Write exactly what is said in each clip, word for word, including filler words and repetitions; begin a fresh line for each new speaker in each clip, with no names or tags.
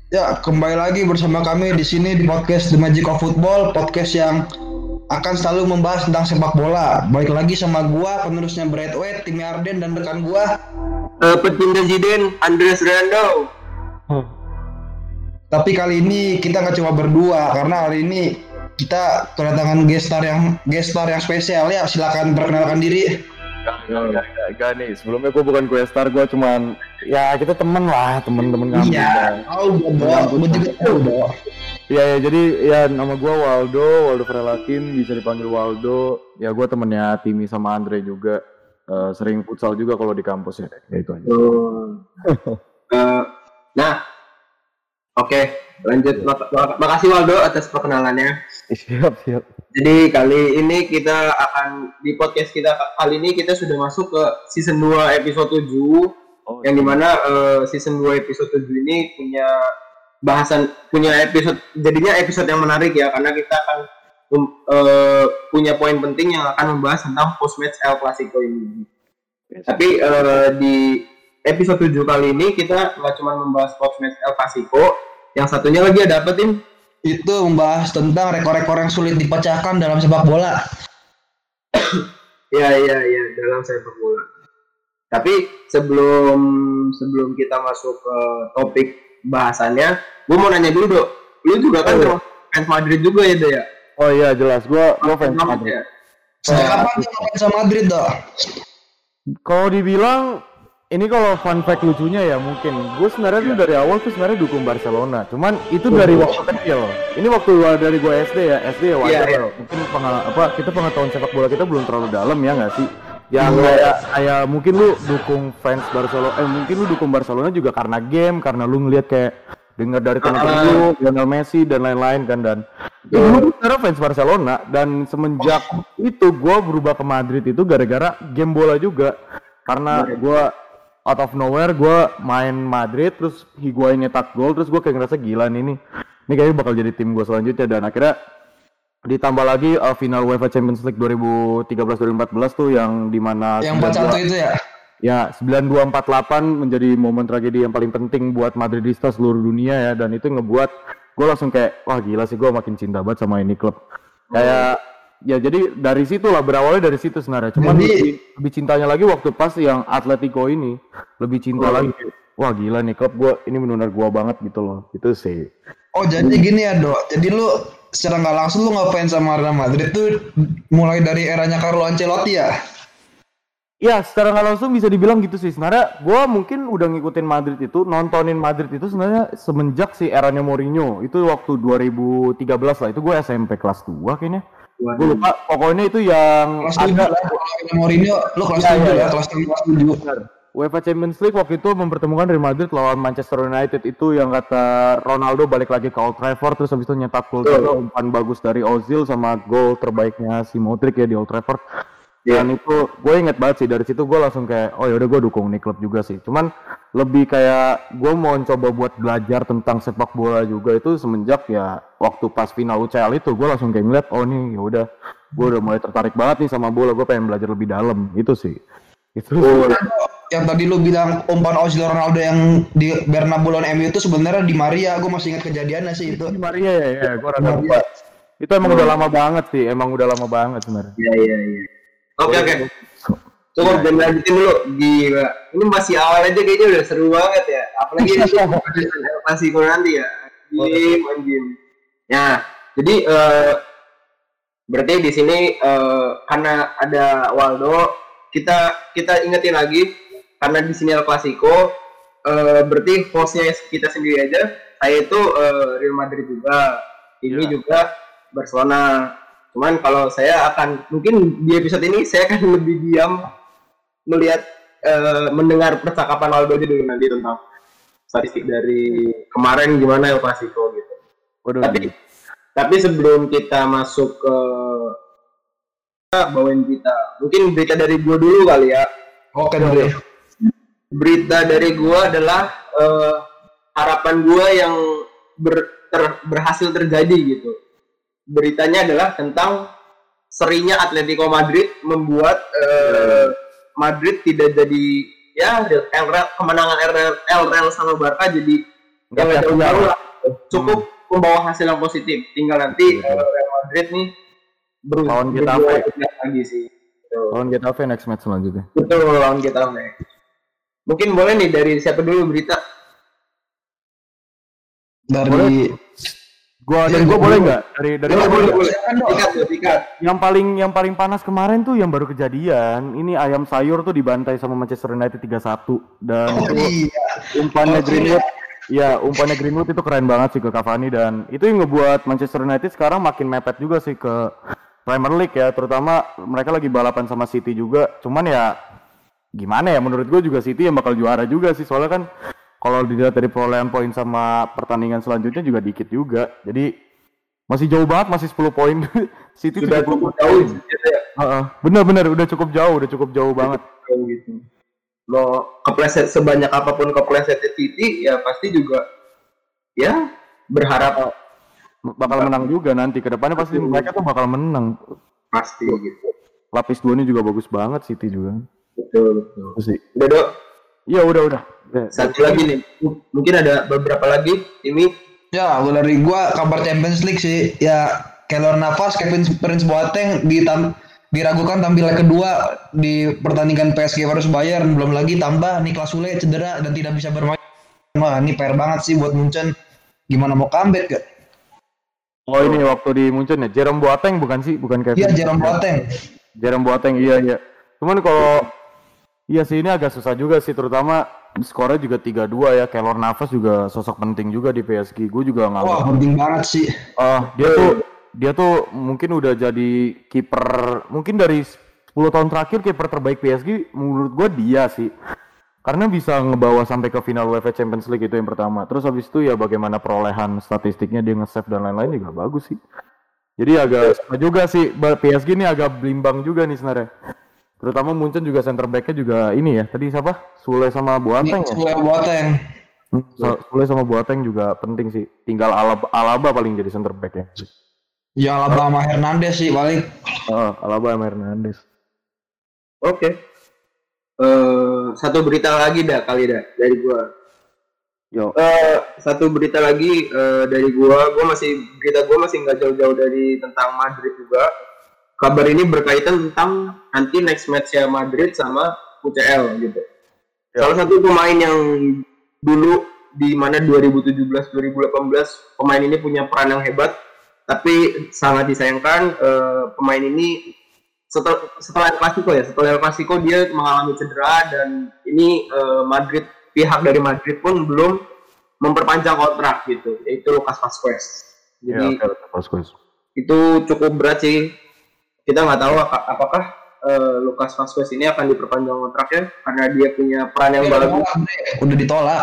Ya, kembali lagi bersama kami di sini di podcast The Magic of Football, podcast yang akan selalu membahas tentang sepak bola. Balik lagi sama gua, penerusnya Bradway, Tim Arden dan rekan gua,
uh, Petinda Zidane, Andres Rando.
Hmm. Tapi kali ini kita nggak cuma berdua, karena hari ini kita kedatangan guest star yang guest star yang spesial. Ya, silakan perkenalkan diri.
Gak, gak, gak, gak nih, sebelumnya gue bukan guest star, gue cuman ya kita temen lah, temen-temen kampung.
Iya, oh udah, gue juga udah.
Iya, ya, jadi ya nama gue Waldo, Waldo Frelakin, bisa dipanggil Waldo. Ya gue temennya Timi sama Andre juga, uh, sering futsal juga kalau di kampus ya, ya itu aja.
Oh. uh, nah, oke, okay, lanjut. Mak- mak- makasih Waldo atas perkenalannya.
Siap, siap.
Jadi kali ini kita akan di podcast kita kali ini kita sudah masuk ke season dua episode tujuh, oh, yang dimana uh, season dua episode tujuh ini punya bahasan, punya episode, jadinya episode yang menarik ya, karena kita akan um, uh, punya poin penting yang akan membahas tentang post match El Clasico ini. Yes. Tapi uh, di episode tujuh kali ini kita nggak cuma membahas post match El Clasico, yang satunya lagi ada apa, Tim?
Itu membahas tentang rekor-rekor yang sulit dipecahkan dalam sepak bola.
Ya, ya, ya, dalam sepak bola. Tapi sebelum sebelum kita masuk ke topik bahasannya, gue mau nanya dulu, Dok. Lu juga kan oh. fans Madrid juga ya, Dok ya?
Oh iya, jelas. Gue gue fans Madrid.
Ya? Sejak kapan lu fans Madrid, Dok?
Kalau dibilang ini kalau fun fact lucunya ya mungkin gue sebenarnya tuh dari awal tuh sebenarnya dukung Barcelona, cuman itu dari waktu kecil. Ini waktu dari gue S D ya, S D ya wajar yeah, yeah. Mungkin pengal- apa kita pengetahuan sepak bola kita belum terlalu dalam ya nggak sih? Yang yeah. kayak kayak mungkin lu dukung fans Barcelona, eh mungkin lu dukung Barcelona juga karena game, karena lu ngeliat kayak dengar dari teman-teman uh, lu, Lionel Messi dan lain-lain kan, dan yeah. Gue sekarang fans Barcelona, dan semenjak itu gue berubah ke Madrid itu gara-gara game bola juga, karena gue out of nowhere gue main Madrid, terus Higuain nyetak gol, terus gue kayak ngerasa gila nih, nih ini kayaknya bakal jadi tim gue selanjutnya. Dan akhirnya ditambah lagi uh, final UEFA Champions League dua ribu tiga belas dua ribu empat belas tuh yang dimana
yang empat satu itu ya?
Ya, sembilan dua empat delapan menjadi momen tragedi yang paling penting buat Madridista seluruh dunia ya, dan itu ngebuat gue langsung kayak wah gila sih, gue makin cinta banget sama ini klub. Kayak ya jadi dari situ lah, berawalnya dari situ sebenarnya. Cuman jadi, lebih, lebih cintanya lagi waktu pas yang Atletico ini, lebih cinta oh, lagi. Wah gila nih klub gue, ini benar-benar gue banget gitu loh. Itu sih.
Oh jadi hmm. gini ya, Dok. Jadi lu secara nggak langsung lu ngefans sama Real Madrid tuh mulai dari eranya Carlo Ancelotti ya?
Ya secara nggak langsung bisa dibilang gitu sih. Sebenarnya gue mungkin udah ngikutin Madrid itu, nontonin Madrid itu sebenarnya semenjak si eranya Mourinho. Itu waktu dua ribu tiga belas lah, itu gue S M P kelas dua kayaknya. Gue lupa, pokoknya itu yang
kelas tujuh lah, Mourinho, lo kelas ya, tujuh ya, ya, kelas tujuh.
UEFA Champions League waktu itu mempertemukan Real Madrid lawan Manchester United, itu yang kata Ronaldo balik lagi ke Old Trafford, terus habis itu nyetak gol juga, umpan bagus dari Ozil sama gol terbaiknya si Modric ya di Old Trafford. Yeah. Dan itu gue inget banget sih, dari situ gue langsung kayak oh yaudah gue dukung nih klub juga sih. Cuman lebih kayak gue mau coba buat belajar tentang sepak bola juga itu semenjak ya waktu pas final U C L itu gue langsung kayak ngeliat oh nih yaudah gue udah mulai tertarik banget nih sama bola, gue pengen belajar lebih dalam gitu sih. Itu
oh, yang tadi lu bilang umpan Ozil Ronaldo yang di Bernabeu lawan M U itu sebenarnya di Maria, gue masih ingat kejadiannya sih itu.
Di Maria ya, ya gue rada lupa. Itu emang oh. udah lama banget sih, emang udah lama banget sebenarnya.
Iya iya iya. Oke oke. Coba dan lanjutin dulu. Gila. Ini masih awal aja kayaknya udah seru banget ya. Apalagi masih kurang nanti ya. Game anjing. Ya, jadi uh, berarti di sini uh, karena ada Waldo, kita kita ingetin lagi karena di sini El Clasico, uh, berarti hostnya kita sendiri aja. Saya itu uh, Real Madrid juga. Ini yeah. juga Barcelona. Cuman kalau saya akan mungkin di episode ini saya akan lebih diam melihat uh, mendengar percakapan Waldo aja dulu nanti tentang statistik dari kemarin gimana El Clasico gitu. Waduh, tapi waduh. tapi sebelum kita masuk ke bawain berita, mungkin berita dari gua dulu kali ya.
Oke dulu.
Berita dari gua adalah uh, harapan gua yang ber, ter, berhasil terjadi gitu. Beritanya adalah tentang serinya Atletico Madrid membuat uh, Madrid tidak jadi ya El Real, kemenangan El Real, El Real sama Barca jadi yang nggak jauh-jauh lah. Cukup hmm. membawa hasil yang positif. Tinggal nanti uh, Real Madrid nih berusaha
lawan Getafe
lagi sih. Tuh.
Lawan Getafe next match selanjutnya.
Betul, lawan Getafe. Mungkin boleh nih dari siapa dulu berita?
Dari
boleh. Gua dari gua boleh nggak? Dari dari
boleh, boleh, boleh.
Ikat,
ikat.
Yang paling yang paling panas kemarin tuh yang baru kejadian. Ini ayam sayur tuh dibantai sama Manchester United tiga satu dan
oh,
itu
iya.
umpannya
oh,
Greenwood. Ya, umpannya Greenwood itu keren banget sih ke Cavani dan itu yang ngebuat Manchester United sekarang makin mepet juga sih ke Premier League ya, terutama mereka lagi balapan sama City juga. Cuman ya gimana ya, menurut gue juga City yang bakal juara juga sih, soalnya kan kalau dilihat dari perolehan poin sama pertandingan selanjutnya juga dikit juga. Jadi masih jauh banget, masih sepuluh poin. City
sudah cukup jauh gitu ya.
Uh-uh. Bener-bener udah cukup jauh, udah cukup jauh banget.
Jauh gitu. Mau kepleset sebanyak apapun keplesetnya City ya pasti juga ya berharap
bakal menang juga nanti ke depannya, pasti mereka tuh bakal menang.
Pasti gitu.
Lapis dua ini juga bagus banget City juga.
Betul, betul.
Sih.
Udah, Dok?
Iya, udah, udah.
Satu lagi nih. Mungkin ada beberapa lagi ini.
Ya, dari gua kabar Champions League sih. Ya, Keylor Navas, Kevin Prince Boateng ditam diragukan tampil kedua di pertandingan P S G versus Bayern. Belum lagi tambah Niklas Sule cedera dan tidak bisa bermain. Wah, ini fair banget sih buat Munchen. Gimana mau comeback gak?
Oh, ini waktu di Munchen ya. Jerome Boateng bukan sih? Bukan Kevin.
Iya, Jerome Boateng.
Jerome Boateng, iya, iya. Cuman kalau iya sih ini agak susah juga sih, terutama skornya juga tiga dua ya. Keylor Navas juga sosok penting juga di P S G. Gue juga nggak.
Wah, penting banget sih.
Ah, uh, dia tuh dia tuh mungkin udah jadi kiper mungkin dari sepuluh tahun terakhir kiper terbaik P S G menurut gue dia sih. Karena bisa ngebawa sampai ke final UEFA Champions League itu yang pertama. Terus habis itu ya bagaimana perolehan statistiknya dia nge-save dan lain-lain juga bagus sih. Jadi agak sama juga sih P S G ini agak belimbang juga nih sebenarnya. Terutama Munchen juga center back-nya juga ini ya. Tadi siapa? Sule sama Boateng ya?
Sule Boateng.
Hmm, Sule sama Boateng juga penting sih. Tinggal Alaba, Alaba paling jadi center back-nya.
Ya Alaba sama Hernandez sih paling.
Oh, Alaba sama Hernandez.
Oke. Okay. Uh, satu berita lagi dah kali dah dari gua.
Yo.
Uh, satu berita lagi uh, dari gua. Gua masih berita gua masih nggak jauh-jauh dari tentang Madrid juga. Kabar ini berkaitan tentang nanti next match-nya Madrid sama U C L gitu. Ya. Salah satu pemain yang dulu di mana dua ribu tujuh belas dua ribu delapan belas pemain ini punya peran yang hebat, tapi sangat disayangkan uh, pemain ini setelah setelah El Clasico ya, setelah El Clasico dia mengalami cedera dan ini uh, Madrid pihak dari Madrid pun belum memperpanjang kontrak gitu, yaitu Lucas Vazquez. Jadi ya, okay, Vazquez. Itu cukup berat sih. Kita nggak tahu apakah uh, Lucas Vazquez ini akan diperpanjang kontraknya karena dia punya peran yang ya, bagus.
Udah ditolak.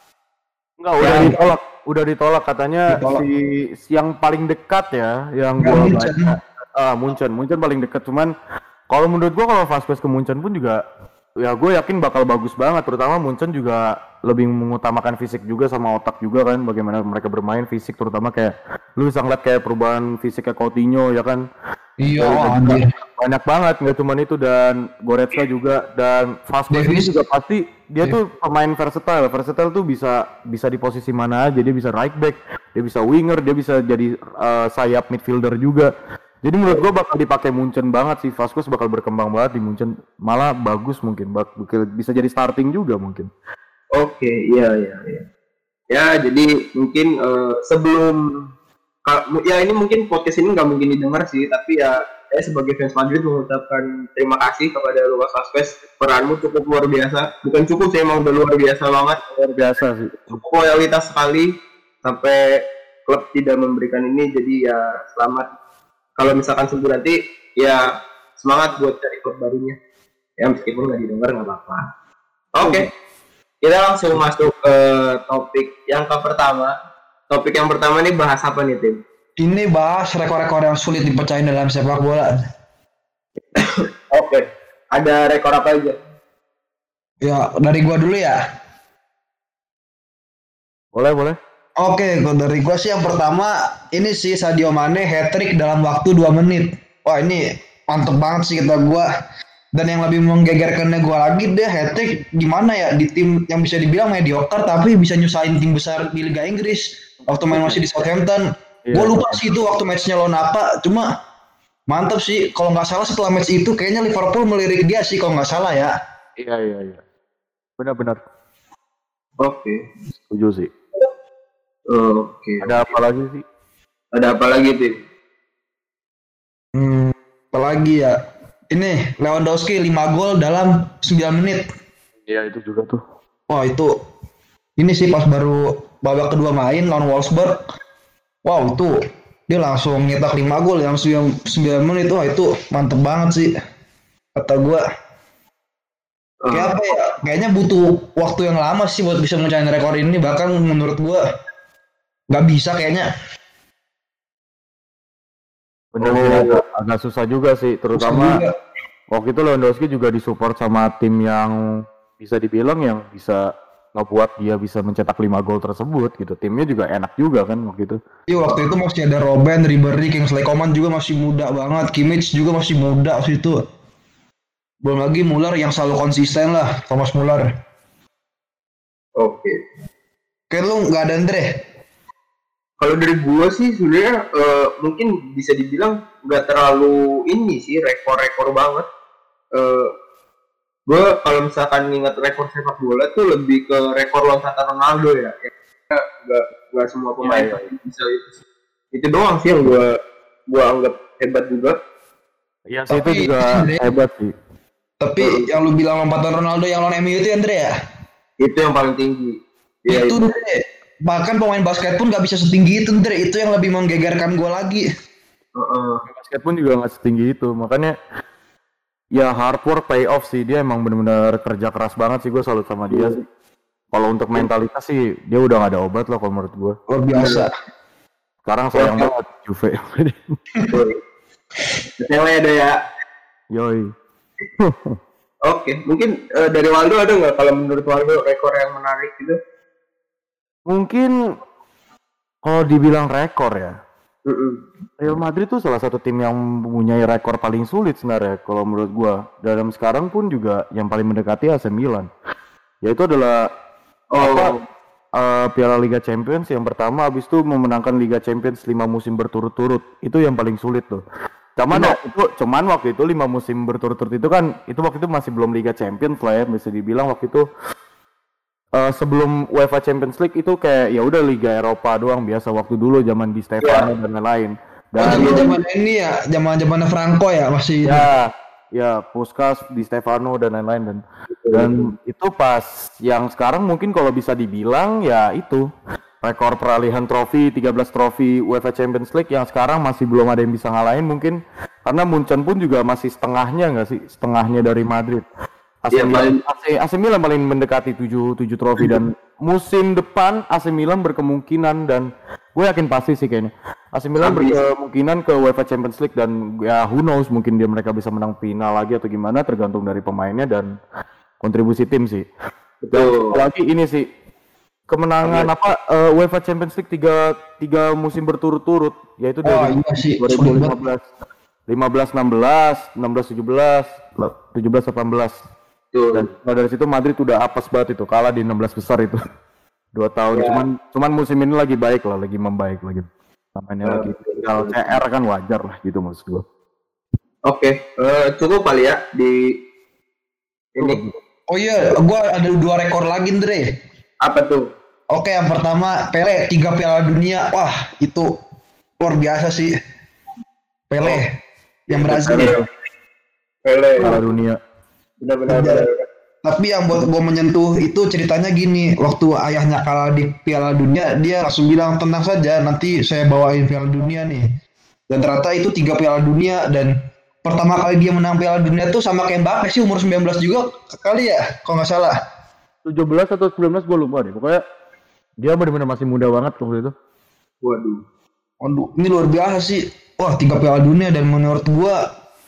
Enggak, udah ya, ditolak. Udah ditolak katanya ditolak. Si yang paling dekat ya, yang gua baca. Ah, Munchen, Munchen paling dekat. Cuman kalau menurut gua kalau Vazquez ke Munchen pun juga ya gue yakin bakal bagus banget, terutama Munchen juga lebih mengutamakan fisik juga sama otak juga kan, bagaimana mereka bermain fisik, terutama kayak lu bisa ngeliat kayak perubahan fisiknya Coutinho ya kan.
Iya,
banyak, banyak banget, nggak cuma itu, dan Goretzka juga, dan Vazquez ini juga pasti dia yeah. tuh pemain versatile, versatile tuh bisa bisa di posisi mana aja, dia bisa right back, dia bisa winger, dia bisa jadi uh, sayap midfielder juga. Jadi menurut gua bakal dipakai Munchen banget sih, Vazquez bakal berkembang banget di Munchen, malah bagus mungkin, bak- bisa jadi starting juga mungkin.
Oke, okay, iya iya iya. Ya jadi mungkin uh, sebelum ya ini mungkin podcast ini nggak mungkin didengar sih, tapi ya saya sebagai fans Madrid mengucapkan terima kasih kepada Lucas Vazquez, peranmu cukup luar biasa, bukan cukup sih, emang udah luar biasa banget,
luar biasa sih,
cukup loyalitas sekali sampai klub tidak memberikan ini, jadi ya selamat. Kalau misalkan sembuh nanti ya semangat buat cari klub barunya ya, meskipun nggak didengar nggak apa-apa. Oke, okay. Kita langsung masuk ke topik yang ke pertama. Topik yang pertama ini bahas apa nih, Tim?
Ini bahas rekor-rekor yang sulit dipercayain dalam sepak bola.
Oke, okay. Ada rekor apa aja?
Ya, dari gua dulu ya.
Boleh, boleh.
Oke, okay, dari gua sih yang pertama ini sih Sadio Mane hat-trick dalam waktu dua menit. Wah, ini mantep banget sih kata gua. Dan yang lebih menggegerkannya gue lagi, dia hat-trick gimana ya di tim yang bisa dibilang mediocre tapi bisa nyusahin tim besar di Liga Inggris waktu main masih di Southampton.
Iya.
Gue lupa sih itu waktu matchnya lawan apa, cuma mantap sih. Kalau nggak salah setelah match itu kayaknya Liverpool melirik dia sih kalau nggak salah ya.
Iya iya iya. Benar-benar.
Oke.
Setuju sih.
Oke.
Ada apa lagi sih?
Ada apa lagi, Tim?
Hmm, apalagi ya. Ini Lewandowski lima gol dalam sembilan menit.
Iya itu juga tuh.
Wah itu ini sih pas baru babak kedua main lawan Wolfsburg. Wow itu dia langsung nyetak lima gol yang sembilan menit. Wah itu mantep banget sih kata gua. Kayak apa ya? Kayaknya butuh waktu yang lama sih buat bisa mencapai rekor ini. Bahkan menurut gua nggak bisa kayaknya.
Bener
Oh.
sih, agak, agak susah juga sih, terutama
juga.
waktu itu Lewandowski juga disupport sama tim yang bisa dibilang yang bisa ngebuat dia bisa mencetak lima gol tersebut gitu. Timnya juga enak juga kan waktu itu.
Iya waktu itu masih ada Robben, Ribery, Kingsley Coman juga masih muda banget. Kimmich juga masih muda waktu itu. Belum lagi Muller yang selalu konsisten lah, Thomas Muller.
Oke.
Kayak lu nggak ada Andre?
Kalau dari gua sih sebenarnya eh, mungkin bisa dibilang nggak terlalu ini sih rekor-rekor banget. Eh, gua kalau misalkan ingat rekor sepak bola tuh lebih ke rekor lompatan Ronaldo ya. Ya, Nggak nggak semua pemain
Iya, iya.
bisa itu. sih. Itu doang sih yang gua gua anggap hebat juga.
Iya sih itu
Tapi,
juga
Andre,
hebat sih.
Tapi yang lu bilang lompatan Ronaldo yang lawan M U itu ya, Andre ya?
Itu yang paling tinggi. Iya
itu
itu.
Andre. Bahkan pemain basket pun nggak bisa setinggi itu, Andre. Itu yang lebih menggegerkan gue lagi.
Heeh.
Basket pun juga nggak setinggi itu, makanya ya hard work pay off sih. Dia emang benar-benar kerja keras banget sih, gue salut sama dia sih. Kalau untuk mentalitas sih dia udah nggak ada obat loh kalau menurut gue.
Luar biasa.
Sekarang sayang banget Juve.
Detailnya ada ya.
Yoi.
Oke, mungkin eh, dari Waldo ada nggak kalau menurut Waldo rekor yang menarik gitu?
Mungkin kalau dibilang rekor ya,
Mm-mm.
Real Madrid tuh salah satu tim yang mempunyai rekor paling sulit sebenarnya kalau menurut gua. Dalam sekarang pun juga yang paling mendekati A C Milan. Yaitu adalah
Oh,
apa eh, Piala Liga Champions yang pertama, habis itu memenangkan Liga Champions lima musim berturut-turut. Itu yang paling sulit tuh. Cuman waktu itu, cuman waktu itu lima musim berturut-turut itu kan, itu waktu itu masih belum Liga Champions lah ya, bisa dibilang waktu itu eh, sebelum UEFA Champions League itu kayak ya udah Liga Eropa doang biasa waktu dulu zaman Di Stefano dan lain-lain.
Oh,
Dan
zaman ini ya, zaman zamannya Franco ya masih.
ya, ya Puskas, Di Stefano dan lain-lain dan dan itu pas yang sekarang mungkin kalau bisa dibilang ya itu rekor peralihan trofi tiga belas trofi UEFA Champions League yang sekarang masih belum ada yang bisa ngalahin mungkin karena Munchen pun juga masih setengahnya nggak sih setengahnya dari Madrid. A C
Iya,
Milan,
paling-
A C, A C Milan paling mendekati tujuh, tujuh trofi dan musim depan A C Milan berkemungkinan dan gue yakin pasti sih kayaknya A C Milan
Habis.
berkemungkinan ke UEFA Champions League dan ya who knows mungkin dia mereka bisa menang final lagi atau gimana tergantung dari pemainnya dan kontribusi tim sih.
betul.
Apalagi ini sih kemenangan apa eh, UEFA Champions League tiga, tiga musim berturut-turut yaitu
Oh,
dari
iya sih,
dua ribu lima belas, lima belas enam belas, enam belas tujuh belas, tujuh belas delapan belas
Betul.
dan nah, dari situ Madrid udah apes banget itu kalah di enam belas besar itu dua tahun
Ya.
cuman cuman musim ini lagi baik lah lagi membaik lagi namanya
Ya,
lagi tinggal C R kan wajar lah gitu maksud gua.
Oke, eh, cukup kali ya di ini.
Oh iya, gue ada dua rekor lagi, Andre.
Apa tuh?
Oke, yang pertama Pele tiga Piala Dunia. Wah, itu luar biasa sih. Pele yang Brazil.
Pele.
Pele.
Piala dunia
Benar-benar.
Benar. Tapi yang buat gue menyentuh itu ceritanya gini, waktu ayahnya kalah di Piala Dunia, dia langsung bilang tenang saja, nanti saya bawain Piala Dunia nih. Dan ternyata itu tiga Piala Dunia dan pertama kali dia menang Piala Dunia tuh sama kayak Mbappe sih umur sembilan belas juga kali ya, kalau nggak salah.
tujuh belas atau sembilan belas gue lupa deh pokoknya dia benar-benar masih muda banget waktu itu.
Waduh.
Waduh, ini luar biasa sih. Wah, tiga Piala Dunia dan menurut gua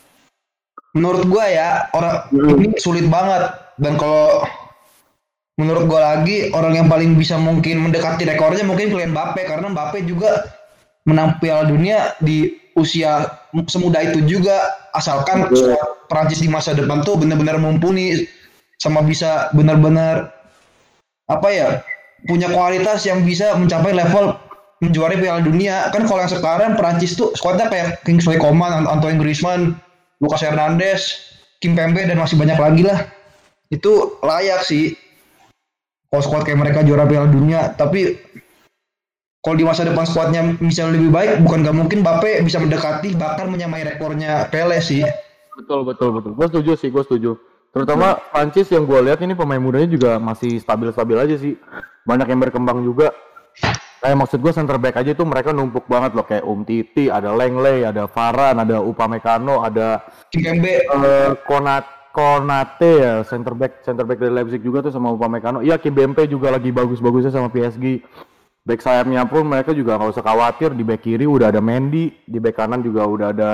menurut gua ya orang ini sulit banget dan kalau menurut gua lagi orang yang paling bisa mungkin mendekati rekornya mungkin Kylian Mbappe karena Mbappe juga menang Piala Dunia di usia semuda itu juga, asalkan squad Prancis di masa depan tuh benar-benar mumpuni sama bisa benar-benar apa ya, punya kualitas yang bisa mencapai level menjuarai Piala Dunia. Kan kalau yang sekarang Prancis tuh skuadnya kayak Kingsley Coman, Antoine Griezmann, Lucas Hernandez, Kimpembe dan masih banyak lagi lah. Itu layak sih kalau skuad kayak mereka juara Piala Dunia. Tapi kalau di masa depan skuadnya bisa lebih baik, bukan gak mungkin Mbappe bisa mendekati bahkan menyamai rekornya Pele sih.
Betul betul betul. Gue setuju sih, gue setuju. Terutama Prancis yang gue lihat ini pemain mudanya juga masih stabil-stabil aja sih. Banyak yang berkembang juga. Kayak maksud gue center back aja itu mereka numpuk banget loh, kayak Umtiti, ada Lenglet, ada Varane, ada Upamecano, ada
Kimpembe,
uh, Konat Konate ya, center back center back dari Leipzig juga tuh sama Upamecano. Iya, Kimpembe juga lagi bagus-bagusnya sama P S G. Back sayapnya pun mereka juga nggak usah khawatir, di back kiri udah ada Mendy, di back kanan juga udah ada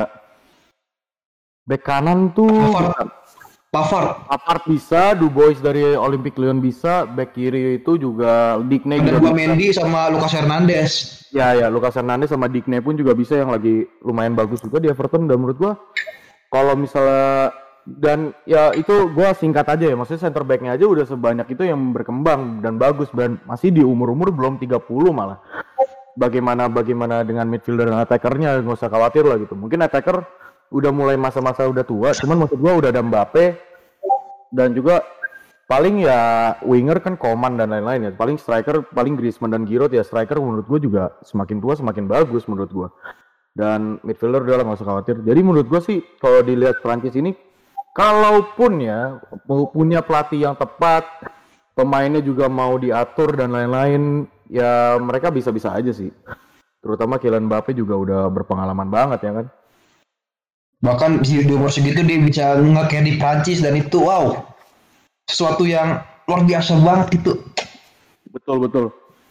back kanan tuh
Pavard,
Pavard bisa, Dubois dari Olympic Lyon bisa, back kiri itu juga Digne
ada
juga
dua Mendy sama Lucas Hernandez.
Ya ya, Lucas Hernandez sama Digne pun juga bisa yang lagi lumayan bagus juga di Everton. Dan menurut gua kalau misalnya dan ya itu gua singkat aja ya, maksudnya center back-nya aja udah sebanyak itu yang berkembang dan bagus dan masih di umur-umur belum tiga puluh malah. Bagaimana bagaimana dengan midfielder dan attacker-nya, nggak usah khawatir lah gitu. Mungkin attacker udah mulai masa-masa udah tua, cuman maksud gua udah ada Mbappe dan juga paling ya winger kan Coman dan lain-lain ya. Paling striker paling Griezmann dan Giroud ya. Striker menurut gua juga semakin tua semakin bagus menurut gua. Dan midfielder udah lah nggak usah khawatir. Jadi menurut gua sih kalau dilihat Prancis ini, kalaupun ya punya pelatih yang tepat, pemainnya juga mau diatur dan lain-lain, ya mereka bisa-bisa aja sih. Terutama Kylian Mbappe juga udah berpengalaman banget ya kan.
Bahkan di umur segitu dia bisa nge-carry di Prancis dan itu wow, sesuatu yang luar biasa banget itu.
Betul betul.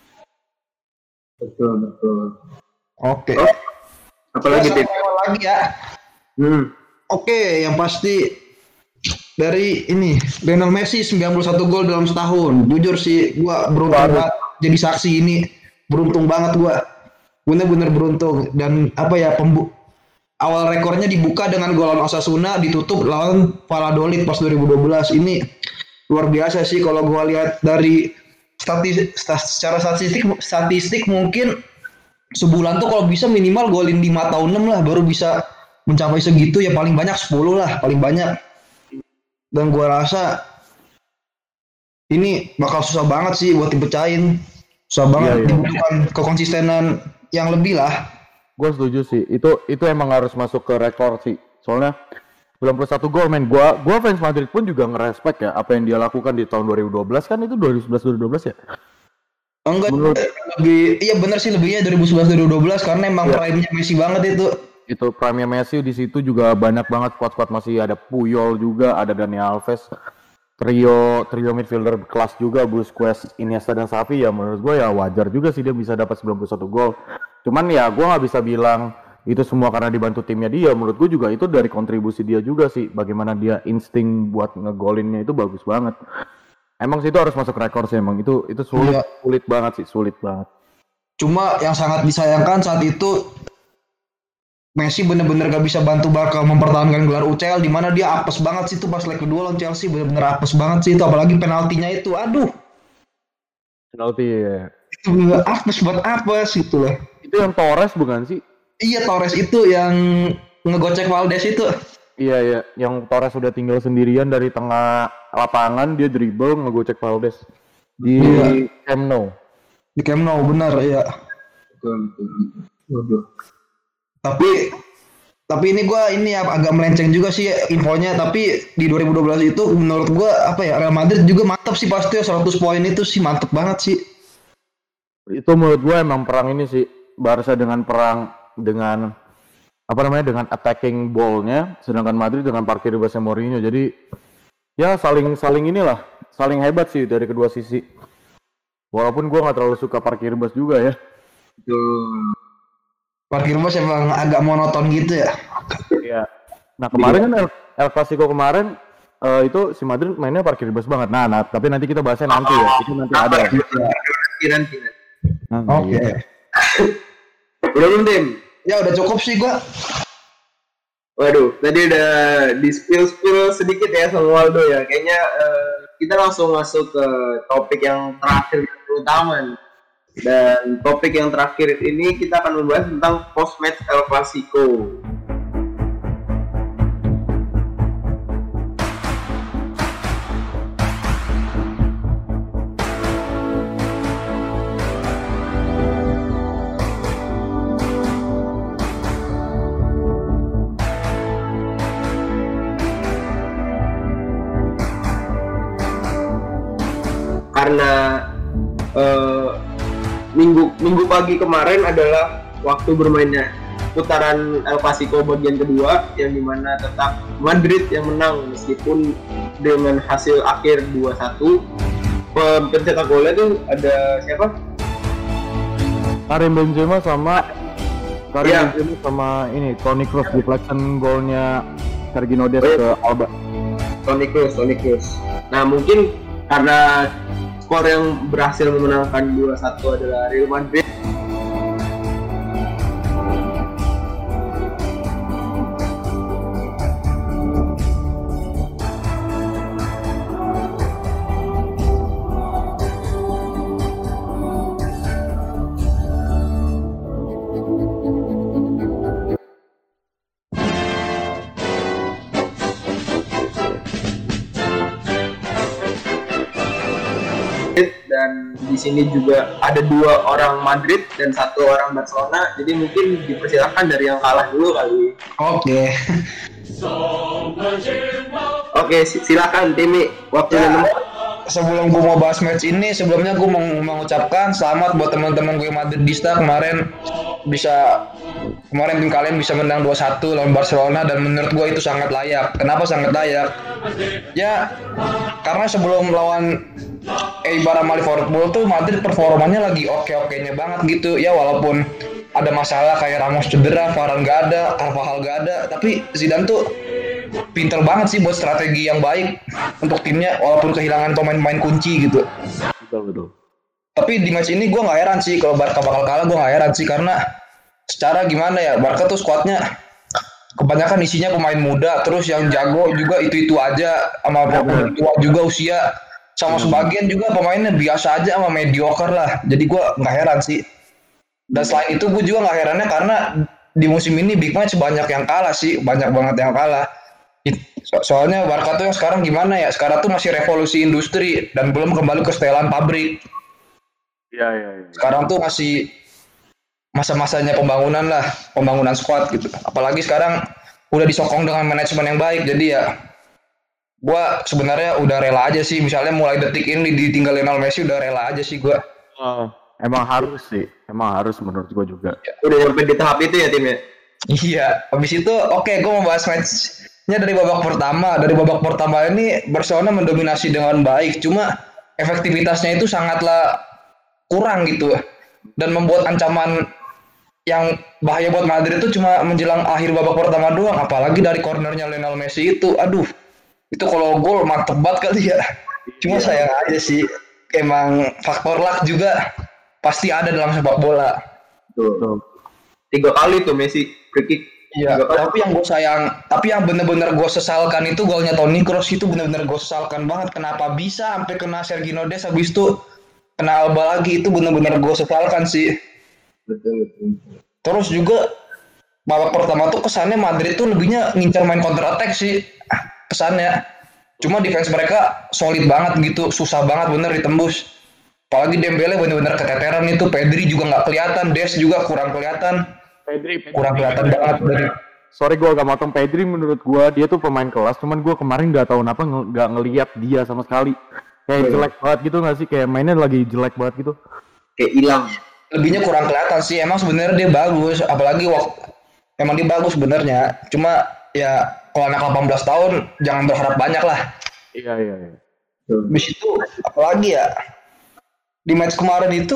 Betul betul.
Oke.
Oh, apalagi Tim?
Lagi ya.
Hmm.
Oke, yang pasti dari ini Lionel Messi sembilan puluh satu gol dalam setahun. Jujur sih gua beruntung banget jadi saksi ini. Beruntung banget gua. Bener-bener beruntung dan apa ya pembu awal rekornya dibuka dengan gol lawan Osasuna, ditutup lawan Valladolid pas dua ribu dua belas. Ini luar biasa sih kalau gua lihat dari statistik, secara statistik statistik mungkin sebulan tuh kalau bisa minimal golin lima atau enam lah baru bisa mencapai segitu, ya paling banyak sepuluh lah paling banyak. Dan gua rasa ini bakal susah banget sih buat dipecahin. Susah banget, iya, iya. Dibutuhkan kekonsistenan yang lebih lah.
Gue setuju sih, itu itu emang harus masuk ke rekor sih. Soalnya sembilan puluh satu gol men, gua gua fans Madrid pun juga ngerespek ya apa yang dia lakukan di tahun dua ribu dua belas, kan itu dua ribu sebelas dua ribu dua belas ya?
Enggak, menurut, lebih iya benar sih lebihnya dua ribu sebelas dua ribu dua belas karena emang ya. Prime-nya Messi banget itu.
Itu prime-nya Messi, di situ juga banyak banget squad-squad, masih ada Puyol juga, ada Dani Alves. Trio trio midfielder kelas juga, Busquets, Iniesta dan Xavi, ya menurut gue ya wajar juga sih dia bisa dapat sembilan puluh satu gol. Cuman ya gue nggak bisa bilang itu semua karena dibantu timnya dia. Menurut gue juga itu dari kontribusi dia juga sih, bagaimana dia insting buat ngegolinnya itu bagus banget. Emang sih itu harus masuk rekor sih, emang itu itu sulit, iya. sulit banget sih, sulit banget.
Cuma yang sangat disayangkan saat itu Messi bener-bener gak bisa bantu Barca mempertahankan gelar U C L, di mana dia apes banget sih itu pas leg kedua lawan Chelsea, bener-bener apes banget sih itu, apalagi penaltinya itu, aduh.
Penalti ya.
Itu bener apes buat apes gitu loh.
Itu yang Torres bukan sih?
Iya, Torres itu yang ngegocek Valdes itu.
Iya iya, yang Torres udah tinggal sendirian dari tengah lapangan, dia dribble ngegocek Valdes di iya. Camp Nou.
Di Camp Nou benar ya.
Betul betul.
Tapi tapi ini gue ini agak melenceng juga sih infonya, tapi di dua ribu dua belas itu menurut gue apa ya, Real Madrid juga mantap sih pasti, seratus poin itu sih mantap banget sih.
Itu menurut gue emang perang ini sih, Barca dengan perang dengan apa namanya dengan attacking ball-nya, sedangkan Madrid dengan parkir bebasnya Mourinho. Jadi ya saling saling inilah, saling hebat sih dari kedua sisi. Walaupun gue nggak terlalu suka parkir bebas juga ya.
Betul.
Parkir bebas emang agak monoton gitu ya.
Iya. Nah kemarin kan El, El Clasico kemarin uh, itu si Madrid mainnya parkir bebas banget. Nah, nah tapi nanti kita bahasnya nanti ya. Itu nanti ada.
Nanti nanti.
Nah,
Oke.
Iya.
Udah belum Tim?
Ya udah cukup sih gua.
Waduh, tadi udah di spill-spill sedikit ya sama Waldo ya. Kayaknya uh, kita langsung masuk ke topik yang terakhir yang terutama nih. Dan topik yang terakhir ini kita akan membahas tentang post-match El Clasico. Karena uh, minggu minggu pagi kemarin adalah waktu bermainnya putaran El Clasico bagian kedua, yang dimana tetap Madrid yang menang meskipun dengan hasil akhir dua satu. Pencetak golnya tuh ada siapa?
Karim Benzema sama Karim
Ya.
Benzema sama ini Toni Kroos, deflection golnya Sergio Des
Oh, iya.
ke Alba.
Toni Kroos, Toni Kroos. Nah mungkin karena skor yang berhasil memenangkan dua satu adalah Real Madrid. Dan di sini juga ada dua orang Madrid dan satu orang Barcelona, jadi mungkin dipersilakan dari yang kalah dulu kali.
Oke.
Oke, si- silakan Timi, waktunya
Ya,
nomor.
sebelum gue mau bahas match ini, sebelumnya gue mau mengucapkan selamat buat teman-teman gue Madridista kemarin bisa kemarin tim kalian bisa menang dua satu lawan Barcelona, dan menurut gue itu sangat layak. Kenapa sangat layak? Ya, karena sebelum lawan Eibar sama Liverpool tuh Madrid performanya lagi oke-okenya banget gitu. Ya walaupun ada masalah kayak Ramos cedera, Varane gak ada, Carvajal gak ada, tapi Zidane tuh pinter banget sih buat strategi yang baik untuk timnya walaupun kehilangan pemain-pemain kunci gitu.
Betul betul.
Tapi di match ini gue nggak heran sih kalau Barca bakal kalah, gue nggak heran sih karena secara gimana ya, Barca tuh skuadnya kebanyakan isinya pemain muda, terus yang jago juga itu-itu aja, sama pemain tua juga usia, sama sebagian juga pemainnya biasa aja sama mediocre lah. Jadi gue nggak heran sih. Dan selain itu gue juga nggak herannya karena di musim ini big match banyak yang kalah sih, banyak banget yang kalah. It- so- soalnya Barca tuh yang sekarang gimana ya, sekarang tuh masih revolusi industri dan belum kembali ke setelan pabrik.
Iya iya iya.
Sekarang tuh masih masa-masanya pembangunan lah, pembangunan squad gitu. Apalagi sekarang udah disokong dengan manajemen yang baik, jadi ya gua sebenarnya udah rela aja sih, misalnya mulai detik ini ditinggal Lionel Messi udah rela aja sih gua.
Oh, emang harus sih, emang harus menurut gua juga.
Udah sampai di tahap itu ya timnya.
Iya, habis itu oke gua mau bahas matchnya dari babak pertama. Dari babak pertama ini Barcelona mendominasi dengan baik, cuma efektivitasnya itu sangatlah kurang gitu dan membuat ancaman yang bahaya buat Madrid itu cuma menjelang akhir babak pertama doang, apalagi dari cornernya Lionel Messi itu. Aduh, itu kalau gol mantep banget kali ya. Cuma
Iya.
sayang aja sih, emang faktor luck juga pasti ada dalam sepak bola.
Tuh.
Betul.
Tiga kali tuh Messi free kick.
Iya,
Tiga kali.
tapi yang gue sayang, tapi yang bener-bener gue sesalkan itu golnya Toni Kroos itu bener-bener gue sesalkan banget. Kenapa bisa sampai kena Sergio Des, habis itu kena Alba lagi, itu bener-bener gue sesalkan sih.
Betul betul.
Terus juga babak pertama tuh kesannya Madrid tuh lebihnya ngincar main counter attack sih kesannya. Cuma defense mereka solid banget gitu, susah banget bener ditembus. Apalagi Dembele bener-bener keteteran itu, Pedri juga nggak kelihatan, Des juga kurang kelihatan,
Pedri, Pedri
kurang kelihatan banget dari.
Sorry gua agak motong Pedri, menurut gua dia tuh pemain kelas, cuman gua kemarin nggak tahu kenapa nge- nggak ngelihat dia sama sekali. Kayak
Oh, iya.
jelek banget gitu nggak sih? Kayak mainnya lagi jelek banget gitu.
Kayak hilang.
Lebihnya kurang kelihatan sih, emang sebenarnya dia bagus, apalagi waktu emang dia bagus sebenarnya. Cuma ya kalau anak delapan belas tahun jangan berharap banyak lah.
Iya iya iya.
Betul.
Habis itu apalagi ya di match kemarin itu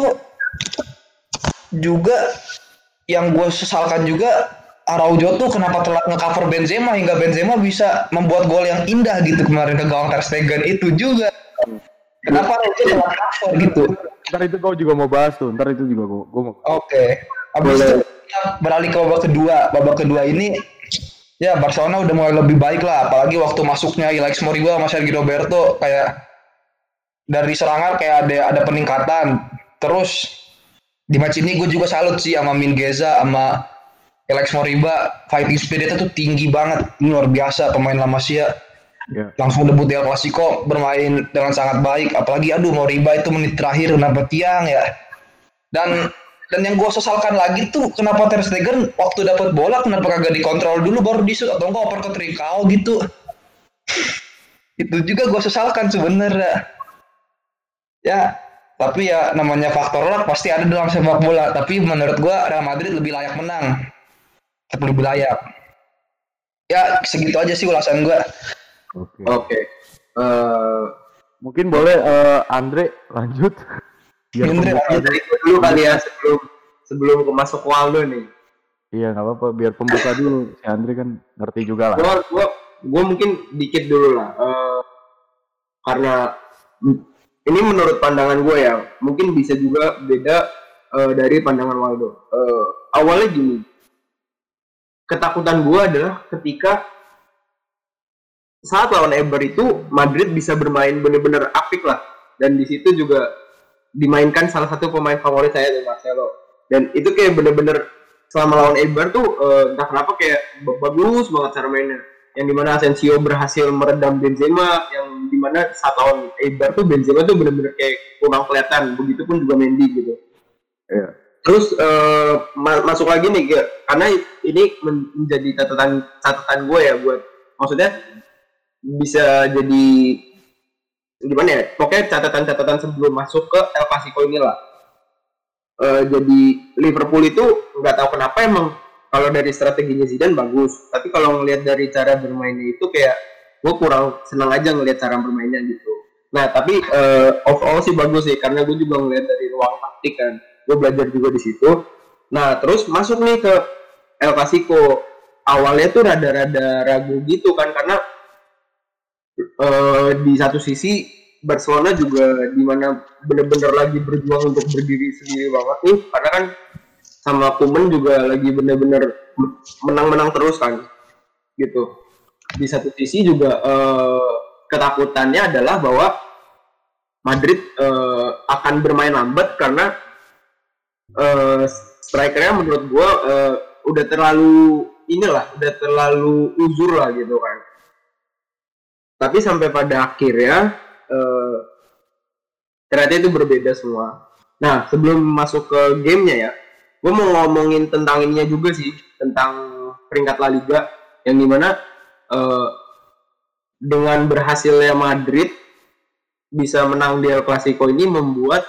juga yang gue sesalkan juga, Araujo tuh kenapa telat nge-cover Benzema hingga Benzema bisa membuat gol yang indah gitu kemarin ke gawang Ter Stegen itu juga. Kenapa Araujo telat cover gitu?
Ntar itu gua juga mau bahas tuh, ntar itu juga gua, gua mau.
Oke. Habis itu beralih ke babak kedua. Babak kedua ini ya Barcelona udah mulai lebih baik lah, apalagi waktu masuknya Alex Moriba sama Sergio Roberto, kayak dari serangan kayak ada ada peningkatan. Terus di match ini gue juga salut sih sama Mingueza sama Alex Moriba, fighting spiritnya tuh tinggi banget, ini luar biasa pemain La Masia. Yeah. Langsung debut di El Clasico bermain dengan sangat baik, apalagi aduh Moriba itu menit terakhir kenapa tiang ya. Dan dan yang gue sesalkan lagi tuh kenapa Ter Stegen waktu dapat bola kenapa kagak dikontrol dulu baru disut atau enggak oper ke Trincao gitu. Itu juga gue sesalkan sebenarnya. Ya, tapi ya namanya faktor luck pasti ada dalam sepak bola, tapi menurut gue Real Madrid lebih layak menang. Lebih layak. Ya, segitu aja sih ulasan gue.
Oke. Okay. Okay. Uh,
mungkin boleh uh, Andre lanjut.
Biar Andre lanjut dari dulu kali ya sebelum sebelum ke masuk Waldo nih.
Iya nggak apa-apa, biar pembuka dulu. Si Andre kan ngerti juga lah.
Gua gua gua mungkin dikit dulu lah. Uh, karena ini menurut pandangan gue ya, mungkin bisa juga beda uh, dari pandangan Waldo. Uh, awalnya gini, ketakutan gue adalah ketika saat lawan Eibar itu Madrid bisa bermain benar-benar apik lah, dan di situ juga dimainkan salah satu pemain favorit saya dari Marcelo, dan itu kayak benar-benar selama lawan Eibar tuh uh, entah kenapa kayak bagus banget cara mainnya, yang dimana Asensio berhasil meredam Benzema, yang dimana saat lawan Eibar tuh Benzema tuh benar-benar kayak kurang kelihatan, begitupun juga Mendy gitu. Yeah. Terus uh, ma- masuk lagi nih ke, karena ini men- menjadi catatan catatan gue ya buat, maksudnya bisa jadi gimana ya, pokoknya catatan-catatan sebelum masuk ke El Clasico inilah. Uh, jadi Liverpool itu nggak tahu kenapa emang kalau dari strateginya Zidane bagus, tapi kalau ngelihat dari cara bermainnya itu kayak gue kurang senang aja ngelihat cara bermainnya gitu. Nah tapi uh, overall sih bagus sih, karena gue juga ngelihat dari ruang taktik kan, gue belajar juga di situ. Nah terus masuk nih ke El Clasico, awalnya tuh rada-rada ragu gitu kan, karena Uh, di satu sisi Barcelona juga dimana benar-benar lagi berjuang untuk berdiri sendiri banget nih, karena kan sama Koeman juga lagi benar-benar menang-menang terus kan gitu. Di satu sisi juga uh, ketakutannya adalah bahwa Madrid uh, akan bermain lambat karena uh, strikernya menurut gua uh, udah terlalu inilah, udah terlalu uzur lah gitu kan. Tapi sampai pada akhirnya uh, ternyata itu berbeda semua. Nah sebelum masuk ke gamenya ya, gue mau ngomongin tentang ininya juga sih, tentang peringkat La Liga, yang dimana uh, dengan berhasilnya Madrid bisa menang di El Clasico ini membuat